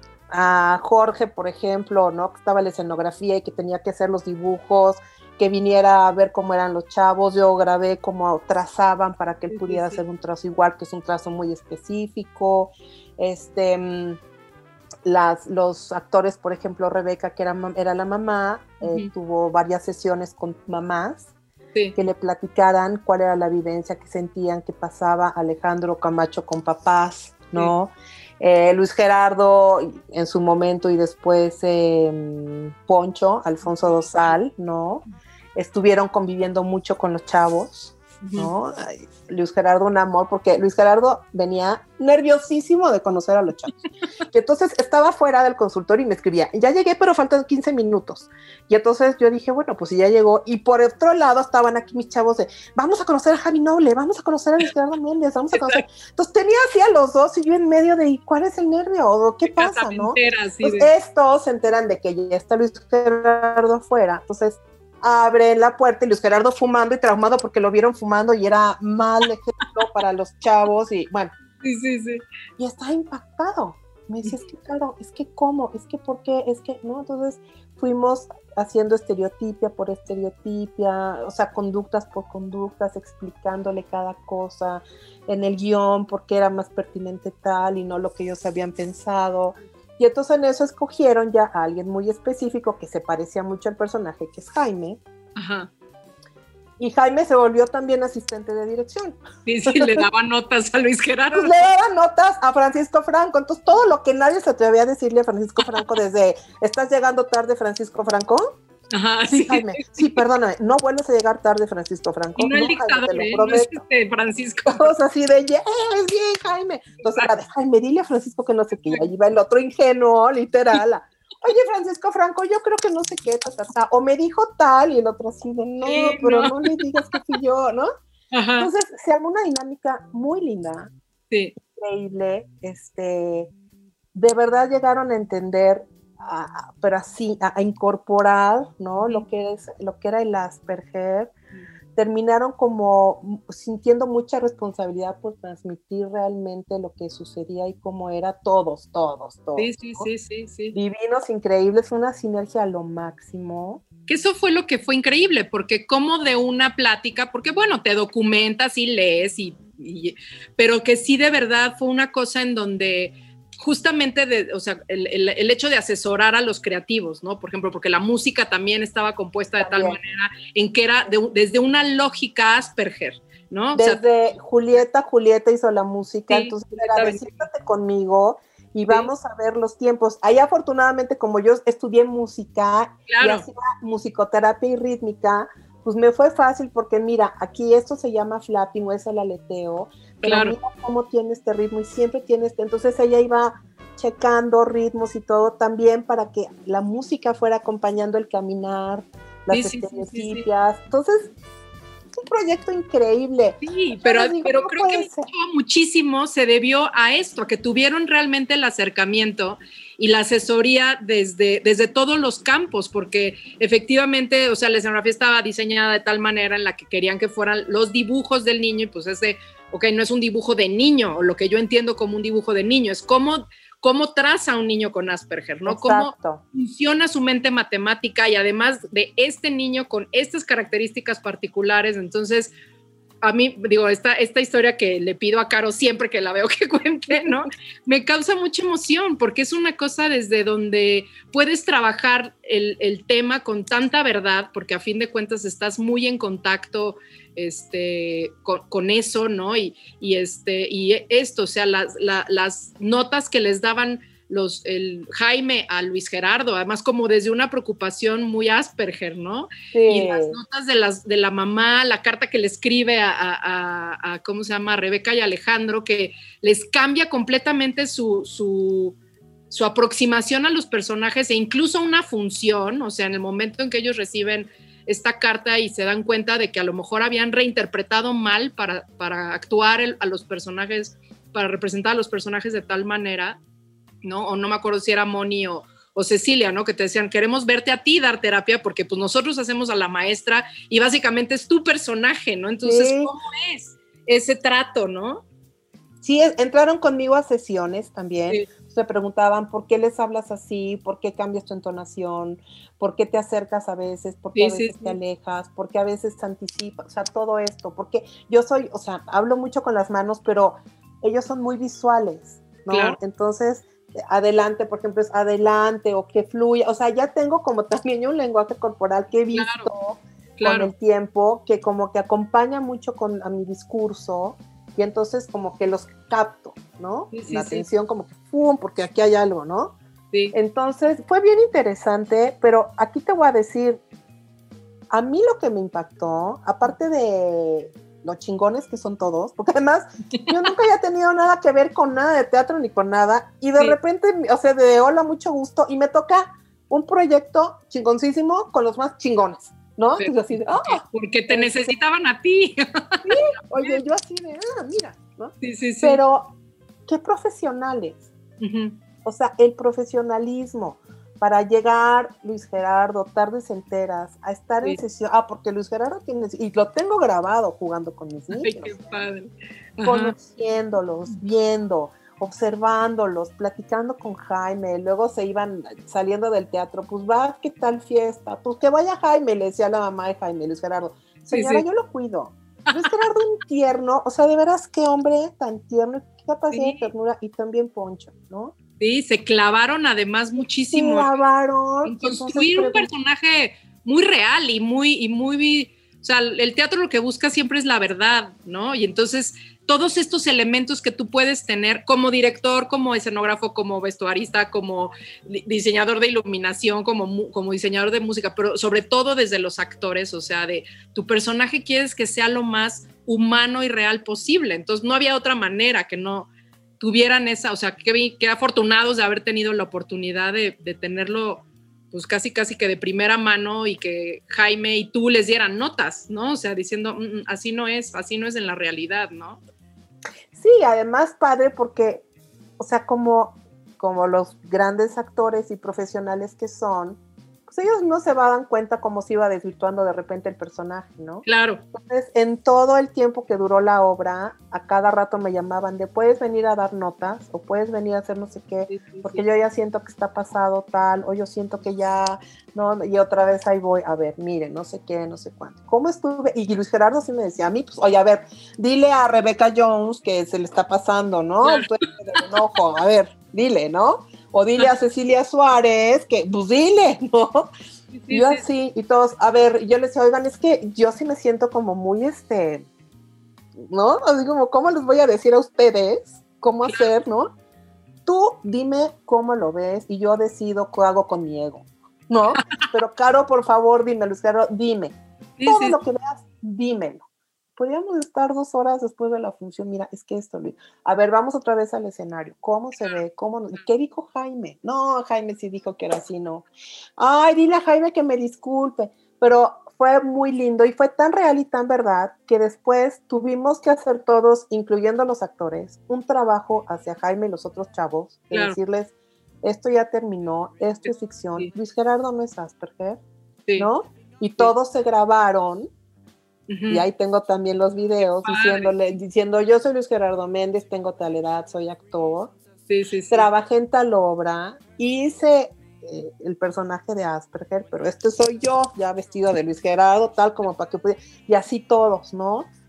a Jorge, por ejemplo, ¿no? Que estaba en la escenografía y que tenía que hacer los dibujos, que viniera a ver cómo eran los chavos, yo grabé cómo trazaban para que él pudiera sí, sí. hacer un trazo igual, que es un trazo muy específico, este... Las, los actores, por ejemplo, Rebeca, que era, era la mamá, uh-huh. eh, tuvo varias sesiones con mamás sí. que le platicaran cuál era la vivencia que sentían que pasaba Alejandro Camacho con papás, ¿no? Sí. Eh, Luis Gerardo en su momento y después eh, Poncho, Alfonso Dosal, ¿no? Estuvieron conviviendo mucho con los chavos, ¿no? Ay, Luis Gerardo, un amor, porque Luis Gerardo venía nerviosísimo de conocer a los chavos. Y entonces estaba fuera del consultorio y me escribía, ya llegué, pero faltan quince minutos. Y entonces yo dije, bueno, pues si ya llegó. Y por otro lado estaban aquí mis chavos de, vamos a conocer a Javi Noble, vamos a conocer a Luis Gerardo Méndez, vamos a conocer. Entonces tenía así a los dos y yo en medio de, ¿cuál es el nervio? ¿O qué pasa, no? Entonces de... estos se enteran de que ya está Luis Gerardo afuera. Entonces abre la puerta y Luis Gerardo fumando y traumado porque lo vieron fumando y era mal ejemplo para los chavos y bueno. Sí, sí, sí. Y estaba impactado. Me decía, es que claro, es que cómo, es que por qué, es que, ¿no? Entonces fuimos haciendo estereotipia por estereotipia, o sea, conductas por conductas, explicándole cada cosa en el guión, por qué era más pertinente tal y no lo que ellos habían pensado. Y entonces en eso escogieron ya a alguien muy específico que se parecía mucho al personaje, que es Jaime. Ajá. Y Jaime se volvió también asistente de dirección. Sí, sí, le daba notas a Luis Gerardo. Pues le daba notas a Francisco Franco. Entonces todo lo que nadie se atrevía a decirle a Francisco Franco desde, ¿estás llegando tarde, Francisco Franco? Ajá, sí, sí, Jaime, sí, perdóname, no vuelves a llegar tarde, Francisco Franco. Y no, no el dictador, Jaime, te lo prometo. No es este Francisco. Todos así de, yes, bien, Jaime. Entonces era de, Jaime, dile a Francisco que no sé qué. Y ahí va el otro ingenuo, literal. A, oye, Francisco Franco, yo creo que no sé qué, ta, ta, ta. O me dijo tal, y el otro así de, no, sí, pero no. no le digas que fui yo, ¿no? Ajá. Entonces se armó una dinámica muy linda, sí. increíble. Este, de verdad llegaron a entender, a, pero así, a, a incorporar, ¿no? Lo que es, lo que era el Asperger. Terminaron como sintiendo mucha responsabilidad por transmitir realmente lo que sucedía y cómo era, todos, todos, todos. Sí, sí, ¿no? sí, sí, sí. Divinos, increíbles, una sinergia a lo máximo. Que eso fue lo que fue increíble, porque como de una plática, porque bueno, te documentas y lees, y, y, pero que sí de verdad fue una cosa en donde justamente, de, o sea, el, el, el hecho de asesorar a los creativos, ¿no? Por ejemplo, porque la música también estaba compuesta de también. tal manera en que era de, desde una lógica Asperger, ¿no? O desde sea, Julieta, Julieta hizo la música, sí, entonces era de, siéntate conmigo y sí. vamos a ver los tiempos. Ahí afortunadamente, como yo estudié música claro. y hacía musicoterapia y rítmica, pues me fue fácil porque mira, aquí esto se llama flapping o es el aleteo, pero claro. mira cómo tiene este ritmo y siempre tiene este, entonces ella iba checando ritmos y todo también para que la música fuera acompañando el caminar, las sí, estereotipias, sí, sí, sí. entonces es un proyecto increíble. Sí, pero, digo, pero no creo que mucho, muchísimo se debió a esto, a que tuvieron realmente el acercamiento y la asesoría desde, desde todos los campos, porque efectivamente, o sea, la escenografía estaba diseñada de tal manera en la que querían que fueran los dibujos del niño, y pues ese, ok, no es un dibujo de niño, o lo que yo entiendo como un dibujo de niño, es cómo, cómo traza un niño con Asperger, ¿no? Exacto. Cómo funciona su mente matemática, y además de este niño con estas características particulares, entonces a mí, digo, esta, esta historia que le pido a Caro siempre que la veo que cuente, ¿no? Me causa mucha emoción porque es una cosa desde donde puedes trabajar el, el tema con tanta verdad, porque a fin de cuentas estás muy en contacto este, con, con eso, ¿no? Y, y, este, y esto, o sea, las, la, las notas que les daban los, el Jaime a Luis Gerardo, además como desde una preocupación muy Asperger, ¿no? Sí. Y las notas de, las, de la mamá, la carta que le escribe a, a, a, a ¿cómo se llama? A Rebeca y Alejandro, que les cambia completamente su, su, su aproximación a los personajes e incluso una función, o sea, en el momento en que ellos reciben esta carta y se dan cuenta de que a lo mejor habían reinterpretado mal para, para actuar el, a los personajes, para representar a los personajes de tal manera, ¿no? O no me acuerdo si era Moni o, o Cecilia, ¿no? Que te decían, queremos verte a ti dar terapia porque pues nosotros hacemos a la maestra y básicamente es tu personaje, ¿no? Entonces, sí. ¿Cómo es ese trato, no? Sí, entraron conmigo a sesiones también. Sí. Se preguntaban, ¿por qué les hablas así? ¿Por qué cambias tu entonación? ¿Por qué te acercas a veces? ¿Por qué sí, a veces sí, te sí. alejas? ¿Por qué a veces te anticipas? O sea, todo esto. Porque yo soy, o sea, hablo mucho con las manos, pero ellos son muy visuales, ¿no? Claro. Entonces, adelante, por ejemplo, es adelante o que fluya. O sea, ya tengo como también un lenguaje corporal que he visto claro. Claro. con el tiempo, que como que acompaña mucho con, a mi discurso. Y entonces como que los capto, ¿no? Sí, sí, la atención sí. como que ¡pum! Porque aquí hay algo, ¿no? Sí. Entonces fue bien interesante, pero aquí te voy a decir, a mí lo que me impactó, aparte de los chingones que son todos, porque además yo nunca había tenido nada que ver con nada de teatro ni con nada, y de sí. repente, o sea, de hola, mucho gusto, y me toca un proyecto chingoncísimo con los más chingones. ¿No? Pero, así de, oh, porque te necesitaban a ti. Sí, oye, yo así de, ah, mira, ¿no? Sí, sí, sí. Pero, qué profesionales. Uh-huh. O sea, el profesionalismo para llegar, Luis Gerardo, tardes enteras, a estar sí. en sesión. Ah, porque Luis Gerardo tiene, y lo tengo grabado jugando con mis niños. Ay, qué padre. Ajá. Conociéndolos, viendo, observándolos, platicando con Jaime, luego se iban saliendo del teatro, pues va, ¿qué tal fiesta? Pues que vaya Jaime, le decía la mamá de Jaime, Luis Gerardo, señora, sí, sí. yo lo cuido. Luis Gerardo un tierno, o sea, de veras, qué hombre tan tierno, qué capacidad sí. de ternura, y también poncho, ¿no? Sí, se clavaron además muchísimo. Se clavaron. En construir un personaje muy real y muy, y muy, o sea, el teatro lo que busca siempre es la verdad, ¿no? Y entonces todos estos elementos que tú puedes tener como director, como escenógrafo, como vestuarista, como diseñador de iluminación, como, como diseñador de música, pero sobre todo desde los actores, o sea, de tu personaje quieres que sea lo más humano y real posible. Entonces no había otra manera que no tuvieran esa, o sea, qué, qué afortunados de haber tenido la oportunidad de, de tenerlo, pues casi casi que de primera mano y que Jaime y tú les dieran notas, ¿no? O sea, diciendo, mm, así no es, así no es en la realidad, ¿no? Sí, además padre porque, o sea, como, como los grandes actores y profesionales que son, pues ellos no se daban cuenta cómo se iba desvirtuando de repente el personaje, ¿no? Claro. Entonces, en todo el tiempo que duró la obra, a cada rato me llamaban de, ¿puedes venir a dar notas? O ¿puedes venir a hacer no sé qué? Sí, sí, porque sí. yo ya siento que está pasado tal, o yo siento que ya, no, y otra vez ahí voy, a ver, mire, no sé qué, no sé cuánto. ¿Cómo estuve? Y Luis Gerardo sí me decía a mí, pues, oye, a ver, dile a Rebecca Jones que se le está pasando, ¿no? Claro. Entonces, de enojo, a ver, dile, ¿no? O dile a Cecilia Suárez que, pues dile, ¿no? Sí, sí, yo así, sí. Y todos, a ver, yo les decía, oigan, es que yo sí me siento como muy, este, ¿no? Así como, ¿cómo les voy a decir a ustedes cómo hacer, ¿no? Tú dime cómo lo ves y yo decido qué hago con mi ego, ¿no? Pero, Caro, por favor, dime, Luis Caro, dime. Sí, Todo sí. lo que veas, dímelo. Podríamos estar dos horas después de la función. Mira, es que esto, Luis. A ver, vamos otra vez al escenario. ¿Cómo se ve? ¿Cómo? ¿Qué dijo Jaime? No, Jaime sí dijo que era así, no. Ay, dile a Jaime que me disculpe. Pero fue muy lindo y fue tan real y tan verdad que después tuvimos que hacer todos, incluyendo los actores, un trabajo hacia Jaime y los otros chavos, de claro. decirles, esto ya terminó, esto es ficción. Sí. Luis Gerardo no es Asperger, sí. ¿no? Y sí. todos se grabaron. Uh-huh. Y ahí tengo también los videos Padre. diciéndole, diciendo yo soy Luis Gerardo Méndez, tengo tal edad, soy actor, sí, sí, sí. trabajé en tal obra, hice eh, el personaje de Asperger, pero este soy yo, ya vestido de Luis Gerardo, tal como para que pudiera, y así todos, ¿no?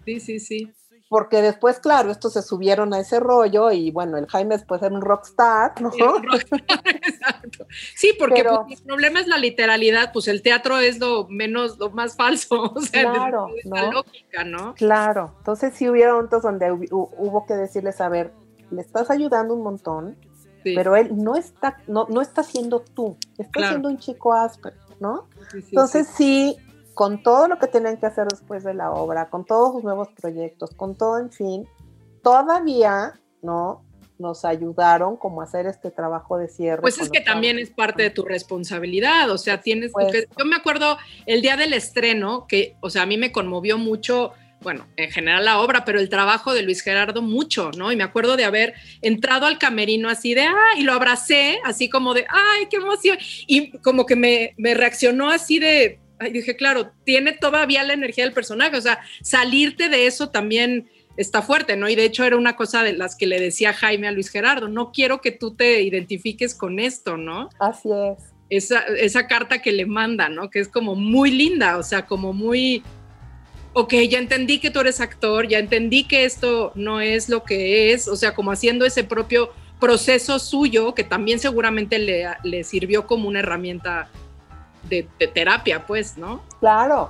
Sí, sí, sí. Porque después, claro, estos se subieron a ese rollo y bueno, el Jaime después era un rockstar, ¿no? Era un rockstar, exacto. Sí, porque Pero, pues, el problema es la literalidad, pues el teatro es lo menos, lo más falso, o sea, claro, desde esa ¿no? lógica, ¿no? Claro, entonces sí hubieron momentos donde hubo, hubo que decirles, a ver, le estás ayudando un montón, sí. pero él no está, no, no está siendo tú, está claro. siendo un chico áspero, ¿no? Sí, sí, entonces sí. sí, con todo lo que tenían que hacer después de la obra, con todos sus nuevos proyectos, con todo, en fin, todavía, ¿no? Nos ayudaron como a hacer este trabajo de cierre. Pues es que también es parte de tu responsabilidad, o sea, tienes que, yo me acuerdo el día del estreno, que, o sea, a mí me conmovió mucho, bueno, en general la obra, pero el trabajo de Luis Gerardo mucho, ¿no? Y me acuerdo de haber entrado al camerino así de, ah, y lo abracé, así como de, ay, qué emoción, y como que me, me reaccionó así de, ay, dije, claro, tiene todavía la energía del personaje, o sea, salirte de eso también está fuerte, ¿no? Y de hecho era una cosa de las que le decía Jaime a Luis Gerardo, no quiero que tú te identifiques con esto, ¿no? Así es. Esa, esa carta que le manda, ¿no? Que es como muy linda, o sea, como muy, ok, ya entendí que tú eres actor, ya entendí que esto no es lo que es, o sea, como haciendo ese propio proceso suyo, que también seguramente le, le sirvió como una herramienta De, de terapia, pues, ¿no? Claro.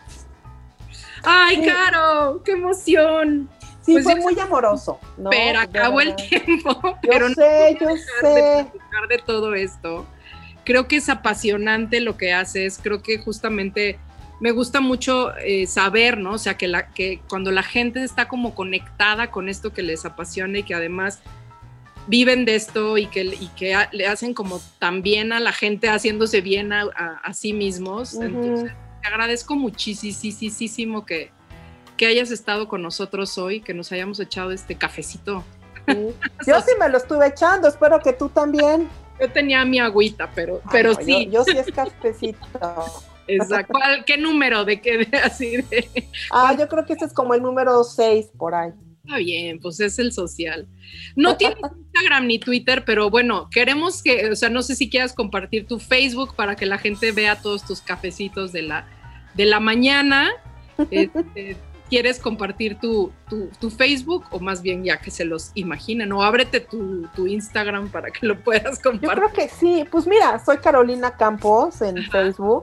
¡Ay, sí. Caro! ¡Qué emoción! Sí, pues fue muy amoroso, ¿no? Pero acabó el tiempo. Yo pero sé, no yo sé. De, de todo esto. Creo que es apasionante lo que haces. Creo que justamente me gusta mucho eh, saber, ¿no? O sea, que, la, que cuando la gente está como conectada con esto que les apasiona y que además viven de esto y que, y que a, le hacen como tan bien a la gente, haciéndose bien a, a, a sí mismos. Uh-huh. Entonces, te agradezco muchísimo que, que hayas estado con nosotros hoy, que nos hayamos echado este cafecito. Sí. Yo sí me lo estuve echando, espero que tú también. Yo tenía mi agüita, pero, Ay, pero no, sí. Yo, yo sí es cafecito. Exacto. ¿Cuál, ¿Qué número de qué de, así de? Ah, yo creo que este es como el número seis por ahí. Está bien, pues es el social. No tienes Instagram ni Twitter, pero bueno, queremos que, o sea, no sé si quieras compartir tu Facebook para que la gente vea todos tus cafecitos de la, de la mañana. Este, ¿Quieres compartir tu, tu, tu Facebook o más bien ya que se los imaginen? O ábrete tu, tu Instagram para que lo puedas compartir. Yo creo que sí. Pues mira, soy Carolina Campos en Ajá. Facebook.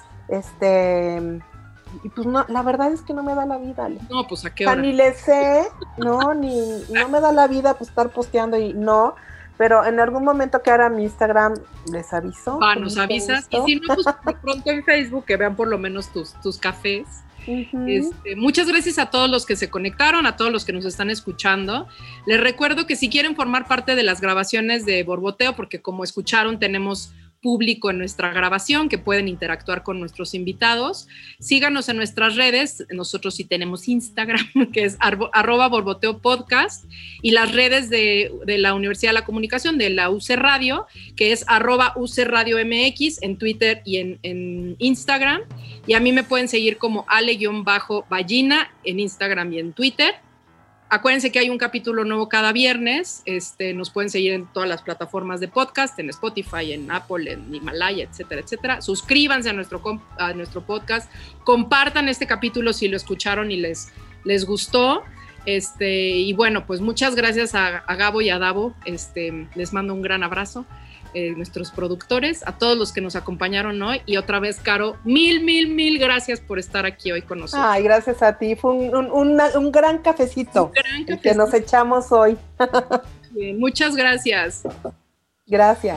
Este... Y pues no, la verdad es que no me da la vida. No, pues a qué hora. O sea, ni le sé, no, ni no me da la vida pues estar posteando y no, pero en algún momento que ahora mi Instagram les aviso. Va, nos avisas. Y si no, pues de pronto en Facebook que vean por lo menos tus, tus cafés. Uh-huh. Este, muchas gracias a todos los que se conectaron, a todos los que nos están escuchando. Les recuerdo que si quieren formar parte de las grabaciones de Borboteo, porque como escucharon tenemos público en nuestra grabación, que pueden interactuar con nuestros invitados. Síganos en nuestras redes, nosotros sí tenemos Instagram, que es arbo, arroba Borboteo Podcast, y las redes de, de la Universidad de la Comunicación, de la U C Radio, que es arroba U C Radio M X en Twitter y en, en Instagram, y a mí me pueden seguir como Ale-Ballina en Instagram y en Twitter. Acuérdense que hay un capítulo nuevo cada viernes, este, nos pueden seguir en todas las plataformas de podcast, en Spotify, en Apple, en Himalaya, etcétera, etcétera. Suscríbanse a nuestro, a nuestro podcast, compartan este capítulo si lo escucharon y les, les gustó. Este, y bueno, pues muchas gracias a, a Gabo y a Davo, este, les mando un gran abrazo. Eh, nuestros productores, a todos los que nos acompañaron hoy y otra vez, Caro, mil, mil, mil gracias por estar aquí hoy con nosotros. Ay, gracias a ti, fue un, un, una, un gran cafecito, un gran cafecito. El que nos echamos hoy. Bien, muchas gracias. Gracias.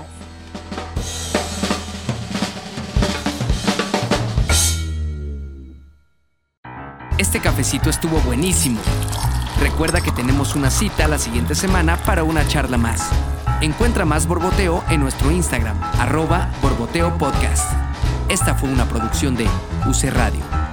Este cafecito estuvo buenísimo. Recuerda que tenemos una cita la siguiente semana para una charla más. Encuentra más Borboteo en nuestro Instagram, arroba Borboteo Podcast. Esta fue una producción de U C Radio.